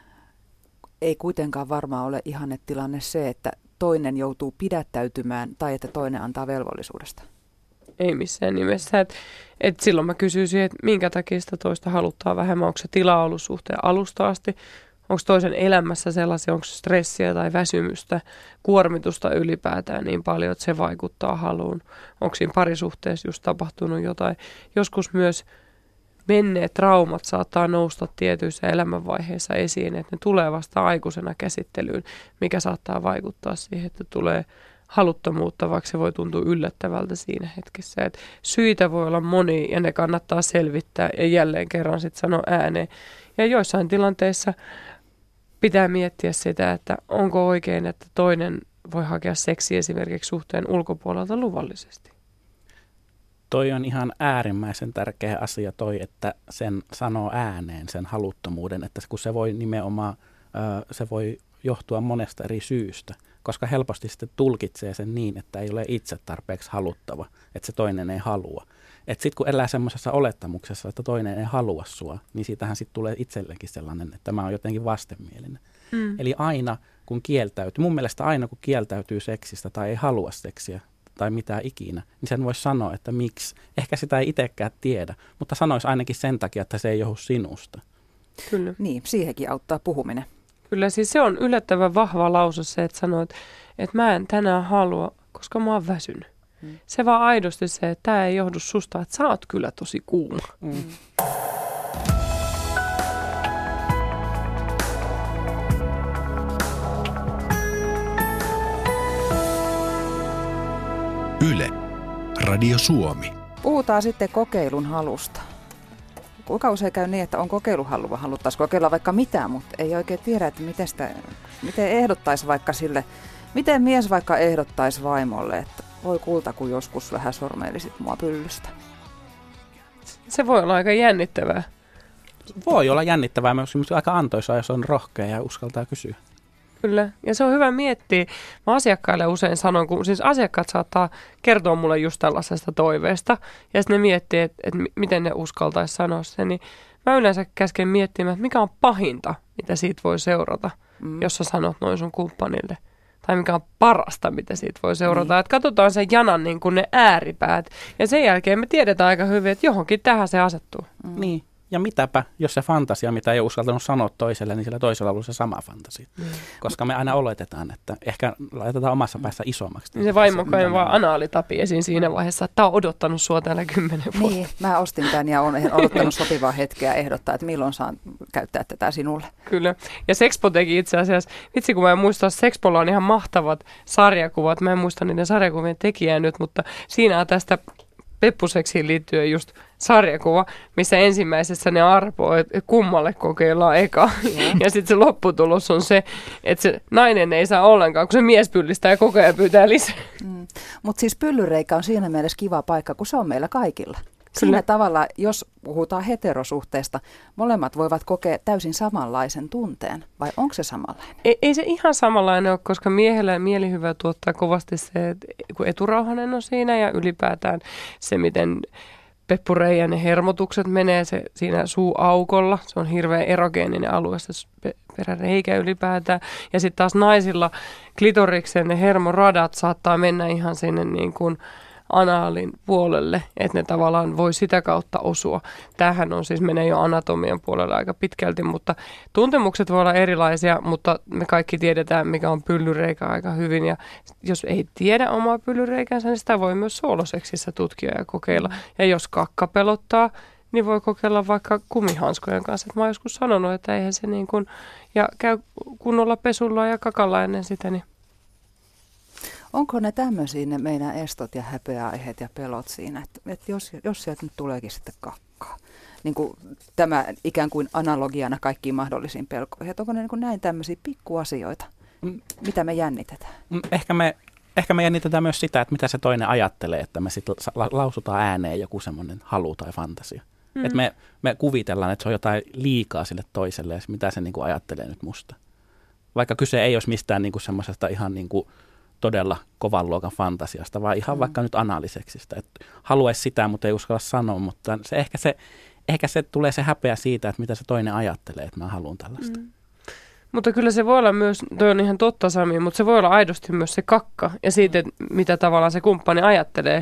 ei kuitenkaan varmaan ole ihannetilanne se, että toinen joutuu pidättäytymään tai että toinen antaa velvollisuudesta. ei missään nimessä. Et, et silloin mä kysyisin, että minkä takia sitä toista haluttaa vähemmän. Onko se tila ollut suhteen alusta asti? Onko toisen elämässä sellaisia, onko stressiä tai väsymystä, kuormitusta ylipäätään niin paljon, että se vaikuttaa haluun? Onko siinä parisuhteessa just tapahtunut jotain? Joskus myös menneet traumat saattaa nousta tietyissä elämänvaiheissa esiin, että ne tulee vasta aikuisena käsittelyyn, mikä saattaa vaikuttaa siihen, että tulee haluttomuutta, vaikka se voi tuntua yllättävältä siinä hetkessä. Et syitä voi olla moni ja ne kannattaa selvittää ja jälleen kerran sitten sanoa ääneen. Ja joissain tilanteissa pitää miettiä sitä, että onko oikein, että toinen voi hakea seksiä esimerkiksi suhteen ulkopuolelta luvallisesti. Toi on ihan äärimmäisen tärkeä asia toi, että sen sanoo ääneen, sen haluttomuuden, että kun se voi nimenomaan, se voi johtua monesta eri syystä, koska helposti sitten tulkitsee sen niin, että ei ole itse tarpeeksi haluttava, että se toinen ei halua. Että sitten kun elää semmoisessa olettamuksessa, että toinen ei halua sua, niin siitähän sitten tulee itsellekin sellainen, että tämä on jotenkin vastenmielinen. Mm. Eli aina kun kieltäytyy, mun mielestä aina kun kieltäytyy seksistä tai ei halua seksiä tai mitään ikinä, niin sen voisi sanoa, että miksi. Ehkä sitä ei itsekään tiedä, mutta sanoisi ainakin sen takia, että se ei johdu sinusta. Kyllä. Niin, siihenkin auttaa puhuminen. Kyllä, siis se on yllättävän vahva lause se, että sanoo, että, että mä en tänään halua, koska mä oon väsynyt. Mm. Se vaan aidosti se, että tämä ei johdu susta, että sä oot kyllä tosi kuuma. Mm. Yle, Radio Suomi. Puhutaan sitten kokeilun halusta. Kuinka usein käy niin, että on kokeiluhalua, haluttaisiin kokeilla vaikka mitään, mutta ei oikein tiedä, että miten, sitä, miten ehdottaisi vaikka sille, miten mies vaikka ehdottaisi vaimolle, että voi kulta, kun joskus vähän sormeilisit mua pyllystä. Se voi olla aika jännittävää. Voi olla jännittävää, myös aika antoisaa, jos on rohkea ja uskaltaa kysyä. Kyllä, ja se on hyvä miettiä. Mä asiakkaille usein sanon, kun siis asiakkaat saattaa kertoa mulle just tällaisesta toiveesta, ja sitten ne miettii, että, että miten ne uskaltaisi sanoa sen, niin mä yleensä käsken miettimään, että mikä on pahinta, mitä siitä voi seurata, mm. jos sä sanot noin sun kumppanille. Tai mikä on parasta, mitä siitä voi seurata. Mm. Että katsotaan sen janan niin kuin ne ääripäät, ja sen jälkeen me tiedetään aika hyvin, että johonkin tähän se asettuu. Mm. Niin. Ja mitäpä, jos se fantasia, mitä ei ole uskaltanut sanoa toiselle, niin sillä toisella on ollut se sama fantasia. Mm. Koska me aina oletetaan, että ehkä laitetaan omassa päässä isommaksi. Niin se vaimokoinen vaan anaalitapi esiin siinä vaiheessa, että tämä on odottanut sua täällä kymmenen vuotta. Niin, mä ostin tämän ja olen odottanut sopivaa hetkeä ehdottaa, että milloin saan käyttää tätä sinulle. Kyllä. Ja Sexpo teki itse asiassa, vitsi kun mä en muista, Sexpolla on ihan mahtavat sarjakuvat. Mä en muista niiden sarjakuvien tekijää nyt, mutta siinä on tästä peppuseksiin liittyen just sarjakuva, missä ensimmäisessä ne arpoo, että kummalle kokeillaan eka. Yeah. Ja sitten se lopputulos on se, että se nainen ei saa ollenkaan, kun se mies pyllistää ja koko ajan pyytää lisää. Mm. Mutta siis pyllyreikä on siinä mielessä kiva paikka, kun se on meillä kaikilla. Siinä tavalla, jos puhutaan heterosuhteesta, molemmat voivat kokea täysin samanlaisen tunteen, vai onko se samanlainen? Ei, ei se ihan samanlainen ole, koska miehellä mielihyvä tuottaa kovasti se, että kun eturauhanen on siinä ja ylipäätään se, miten peppureijän ne hermotukset menee se siinä suuaukolla. Se on hirveän erogeeninen alue, se peräreikä ylipäätään. Ja sitten taas naisilla klitoriksen ne hermoradat saattaa mennä ihan sinne niin kuin anaalin puolelle, että ne tavallaan voi sitä kautta osua. Tämähän on siis, menee jo anatomian puolelle aika pitkälti, mutta tuntemukset voi olla erilaisia, mutta me kaikki tiedetään, mikä on pyllyreikä aika hyvin. Ja jos ei tiedä omaa pyllyreikänsä, niin sitä voi myös sooloseksissä tutkia ja kokeilla. Ja jos kakka pelottaa, niin voi kokeilla vaikka kumihanskojen kanssa. Et mä oon joskus sanonut, että eihän se niin kuin, ja käy kunnolla pesulla ja kakalla ennen sitä, niin onko ne tämmöisiä ne meidän estot ja häpeäaiheet ja pelot siinä, että, että jos, jos sieltä nyt tuleekin sitten kakkaa, niin kuin tämä ikään kuin analogiana kaikkiin mahdollisiin pelkoihin, että onko ne niin kuin näin tämmöisiä pikkuasioita, mitä me jännitetään? Ehkä me, ehkä me jännitetään myös sitä, että mitä se toinen ajattelee, että me sitten lausutaan ääneen joku semmoinen halu tai fantasia. Mm. Että me, me kuvitellaan, että se on jotain liikaa sille toiselle, mitä se niin kuin ajattelee nyt musta. Vaikka kyse ei olisi mistään niin kuin semmoisesta ihan niin kuin todella kovan luokan fantasiasta, vaan ihan mm. vaikka nyt analyseksistä. Että haluaisi sitä, mutta ei uskalla sanoa, mutta se ehkä, se, ehkä se tulee se häpeä siitä, että mitä se toinen ajattelee, että mä haluan tällaista. Mm. Mutta kyllä se voi olla myös, toi on ihan totta Sami, mutta se voi olla aidosti myös se kakka ja siitä, mitä tavallaan se kumppani ajattelee.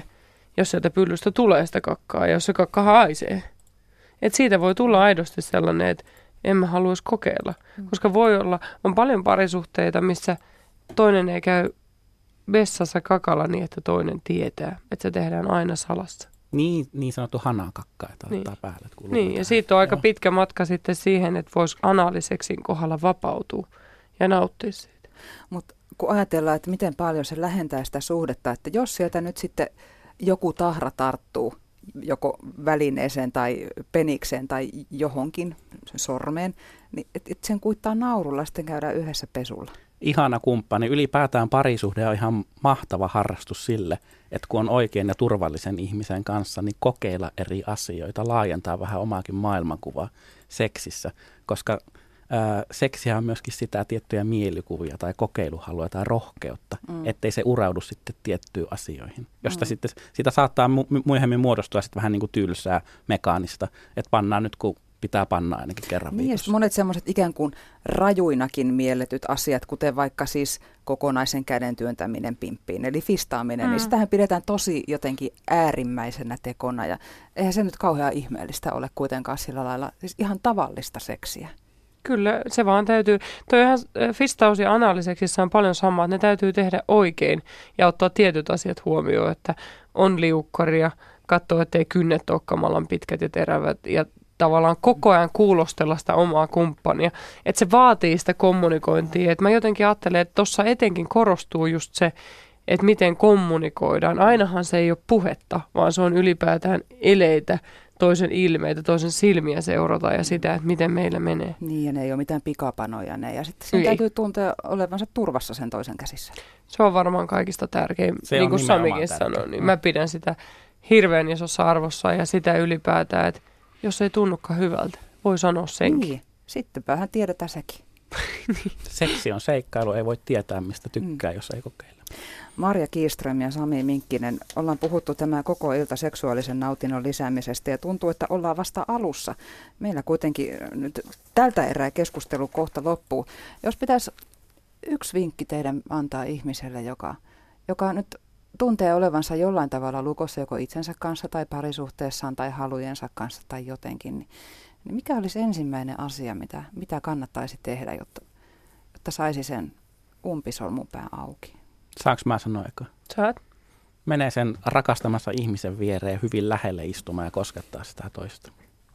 jos sieltä pyllystä tulee sitä kakkaa ja jos se kakka haisee. Et siitä voi tulla aidosti sellainen, että en mä haluaisi kokeilla. Mm. Koska voi olla, on paljon parisuhteita, missä toinen ei käy vessassa kakalla niin, että toinen tietää, että se tehdään aina salassa. Niin, niin sanottu hanakakka, että niin. ottaa päälle. Niin, ja siitä on aika Joo. pitkä matka sitten siihen, että voisi anaaliseksin kohdalla vapautua ja nauttia siitä. Mutta kun ajatellaan, että miten paljon se lähentää sitä suhdetta, että jos sieltä nyt sitten joku tahra tarttuu, joko välineeseen tai penikseen tai johonkin sormeen, niin et, et sen kuittaa naurulla, sitten käydään yhdessä pesulla. Ihana kumppani. Ylipäätään parisuhde on ihan mahtava harrastus sille, että kun on oikein ja turvallisen ihmisen kanssa, niin kokeilla eri asioita, laajentaa vähän omaakin maailmankuvaa seksissä, koska ää, seksiä on myöskin sitä tiettyjä mielikuvia tai kokeiluhalua tai rohkeutta, mm. ettei se uraudu sitten tiettyihin asioihin, josta mm. sitten sitä saattaa mu- myöhemmin muodostua sitten vähän niin kuin tylsää mekaanista, että pannaan nyt kun pitää panna ainakin kerran niin, viikossa. Monet semmoiset ikään kuin rajuinakin mielletyt asiat, kuten vaikka siis kokonaisen käden työntäminen pimppiin, eli fistaaminen, mm. niin sitähän pidetään tosi jotenkin äärimmäisenä tekona. Ja eihän se nyt kauhean ihmeellistä ole kuitenkaan sillä lailla, siis ihan tavallista seksiä. Kyllä, se vaan täytyy, toihan fistaus ja anaaliseksissä on paljon samaa, että ne täytyy tehdä oikein ja ottaa tietyt asiat huomioon, että on liukkaria, katsoa, ettei kynnet ole kamalan pitkät ja terävät ja tavallaan koko ajan kuulostella sitä omaa kumppania. Että se vaatii sitä kommunikointia. Että mä jotenkin ajattelen, että tuossa etenkin korostuu just se, että miten kommunikoidaan. Ainahan se ei ole puhetta, vaan se on ylipäätään eleitä, toisen ilmeitä, toisen silmiä seurata ja sitä, että miten meillä menee. Niin, ja ne ei ole mitään pikapanoja ne. Ja sitten sen täytyy tuntea olevansa turvassa sen toisen käsissä. Se on varmaan kaikista tärkein. Se niin kuin Samikin sanoi, niin mä pidän sitä hirveän isossa arvossa ja sitä ylipäätään, että jos ei tunnukaan hyvältä, voi sanoa senkin. Niin, sittenpähän tiedetään sekin. niin. Seksi on seikkailu, ei voi tietää mistä tykkää, mm. jos ei kokeilla. Marja Kihlström ja Sami Minkkinen, ollaan puhuttu tämä koko ilta seksuaalisen nautinnon lisäämisestä ja tuntuu, että ollaan vasta alussa. Meillä kuitenkin nyt tältä erää keskustelu kohta loppuu. Jos pitäisi yksi vinkki teidän antaa ihmiselle, joka, joka nyt tuntee olevansa jollain tavalla lukossa joko itsensä kanssa tai parisuhteessaan tai halujensa kanssa tai jotenkin, niin, niin mikä olisi ensimmäinen asia, mitä, mitä kannattaisi tehdä, jotta, jotta saisi sen umpisolmunpään auki? Saanko mä sanoa eka? Saat. Menee sen rakastamassa ihmisen viereen hyvin lähelle istumaan ja koskettaa sitä toista.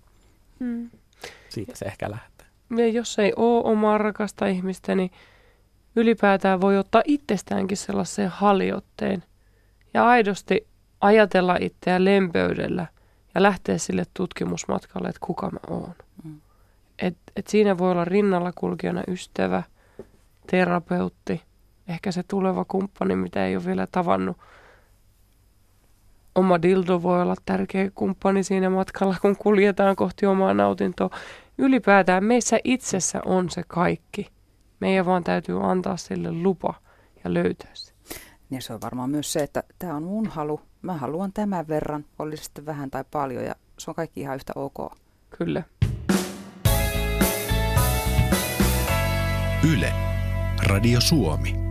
Hmm. Siitä se ehkä lähtee. Ja jos ei ole omaa rakasta ihmistä, niin ylipäätään voi ottaa itsestäänkin sellaisen haliotteen ja aidosti ajatella itseä lempeydellä ja lähteä sille tutkimusmatkalle, että kuka mä oon. Mm. Et, et siinä voi olla rinnalla kulkijana ystävä, terapeutti, ehkä se tuleva kumppani, mitä ei ole vielä tavannut. Oma dildo voi olla tärkeä kumppani siinä matkalla, kun kuljetaan kohti omaa nautintoa. Ylipäätään meissä itsessä on se kaikki. Meidän vaan täytyy antaa sille lupa ja löytää se. Ja se on varmaan myös se, että tämä on mun halu. Mä haluan tämän verran, oli sitten vähän tai paljon, ja se on kaikki ihan yhtä ok. Kyllä. Yle, Radio Suomi.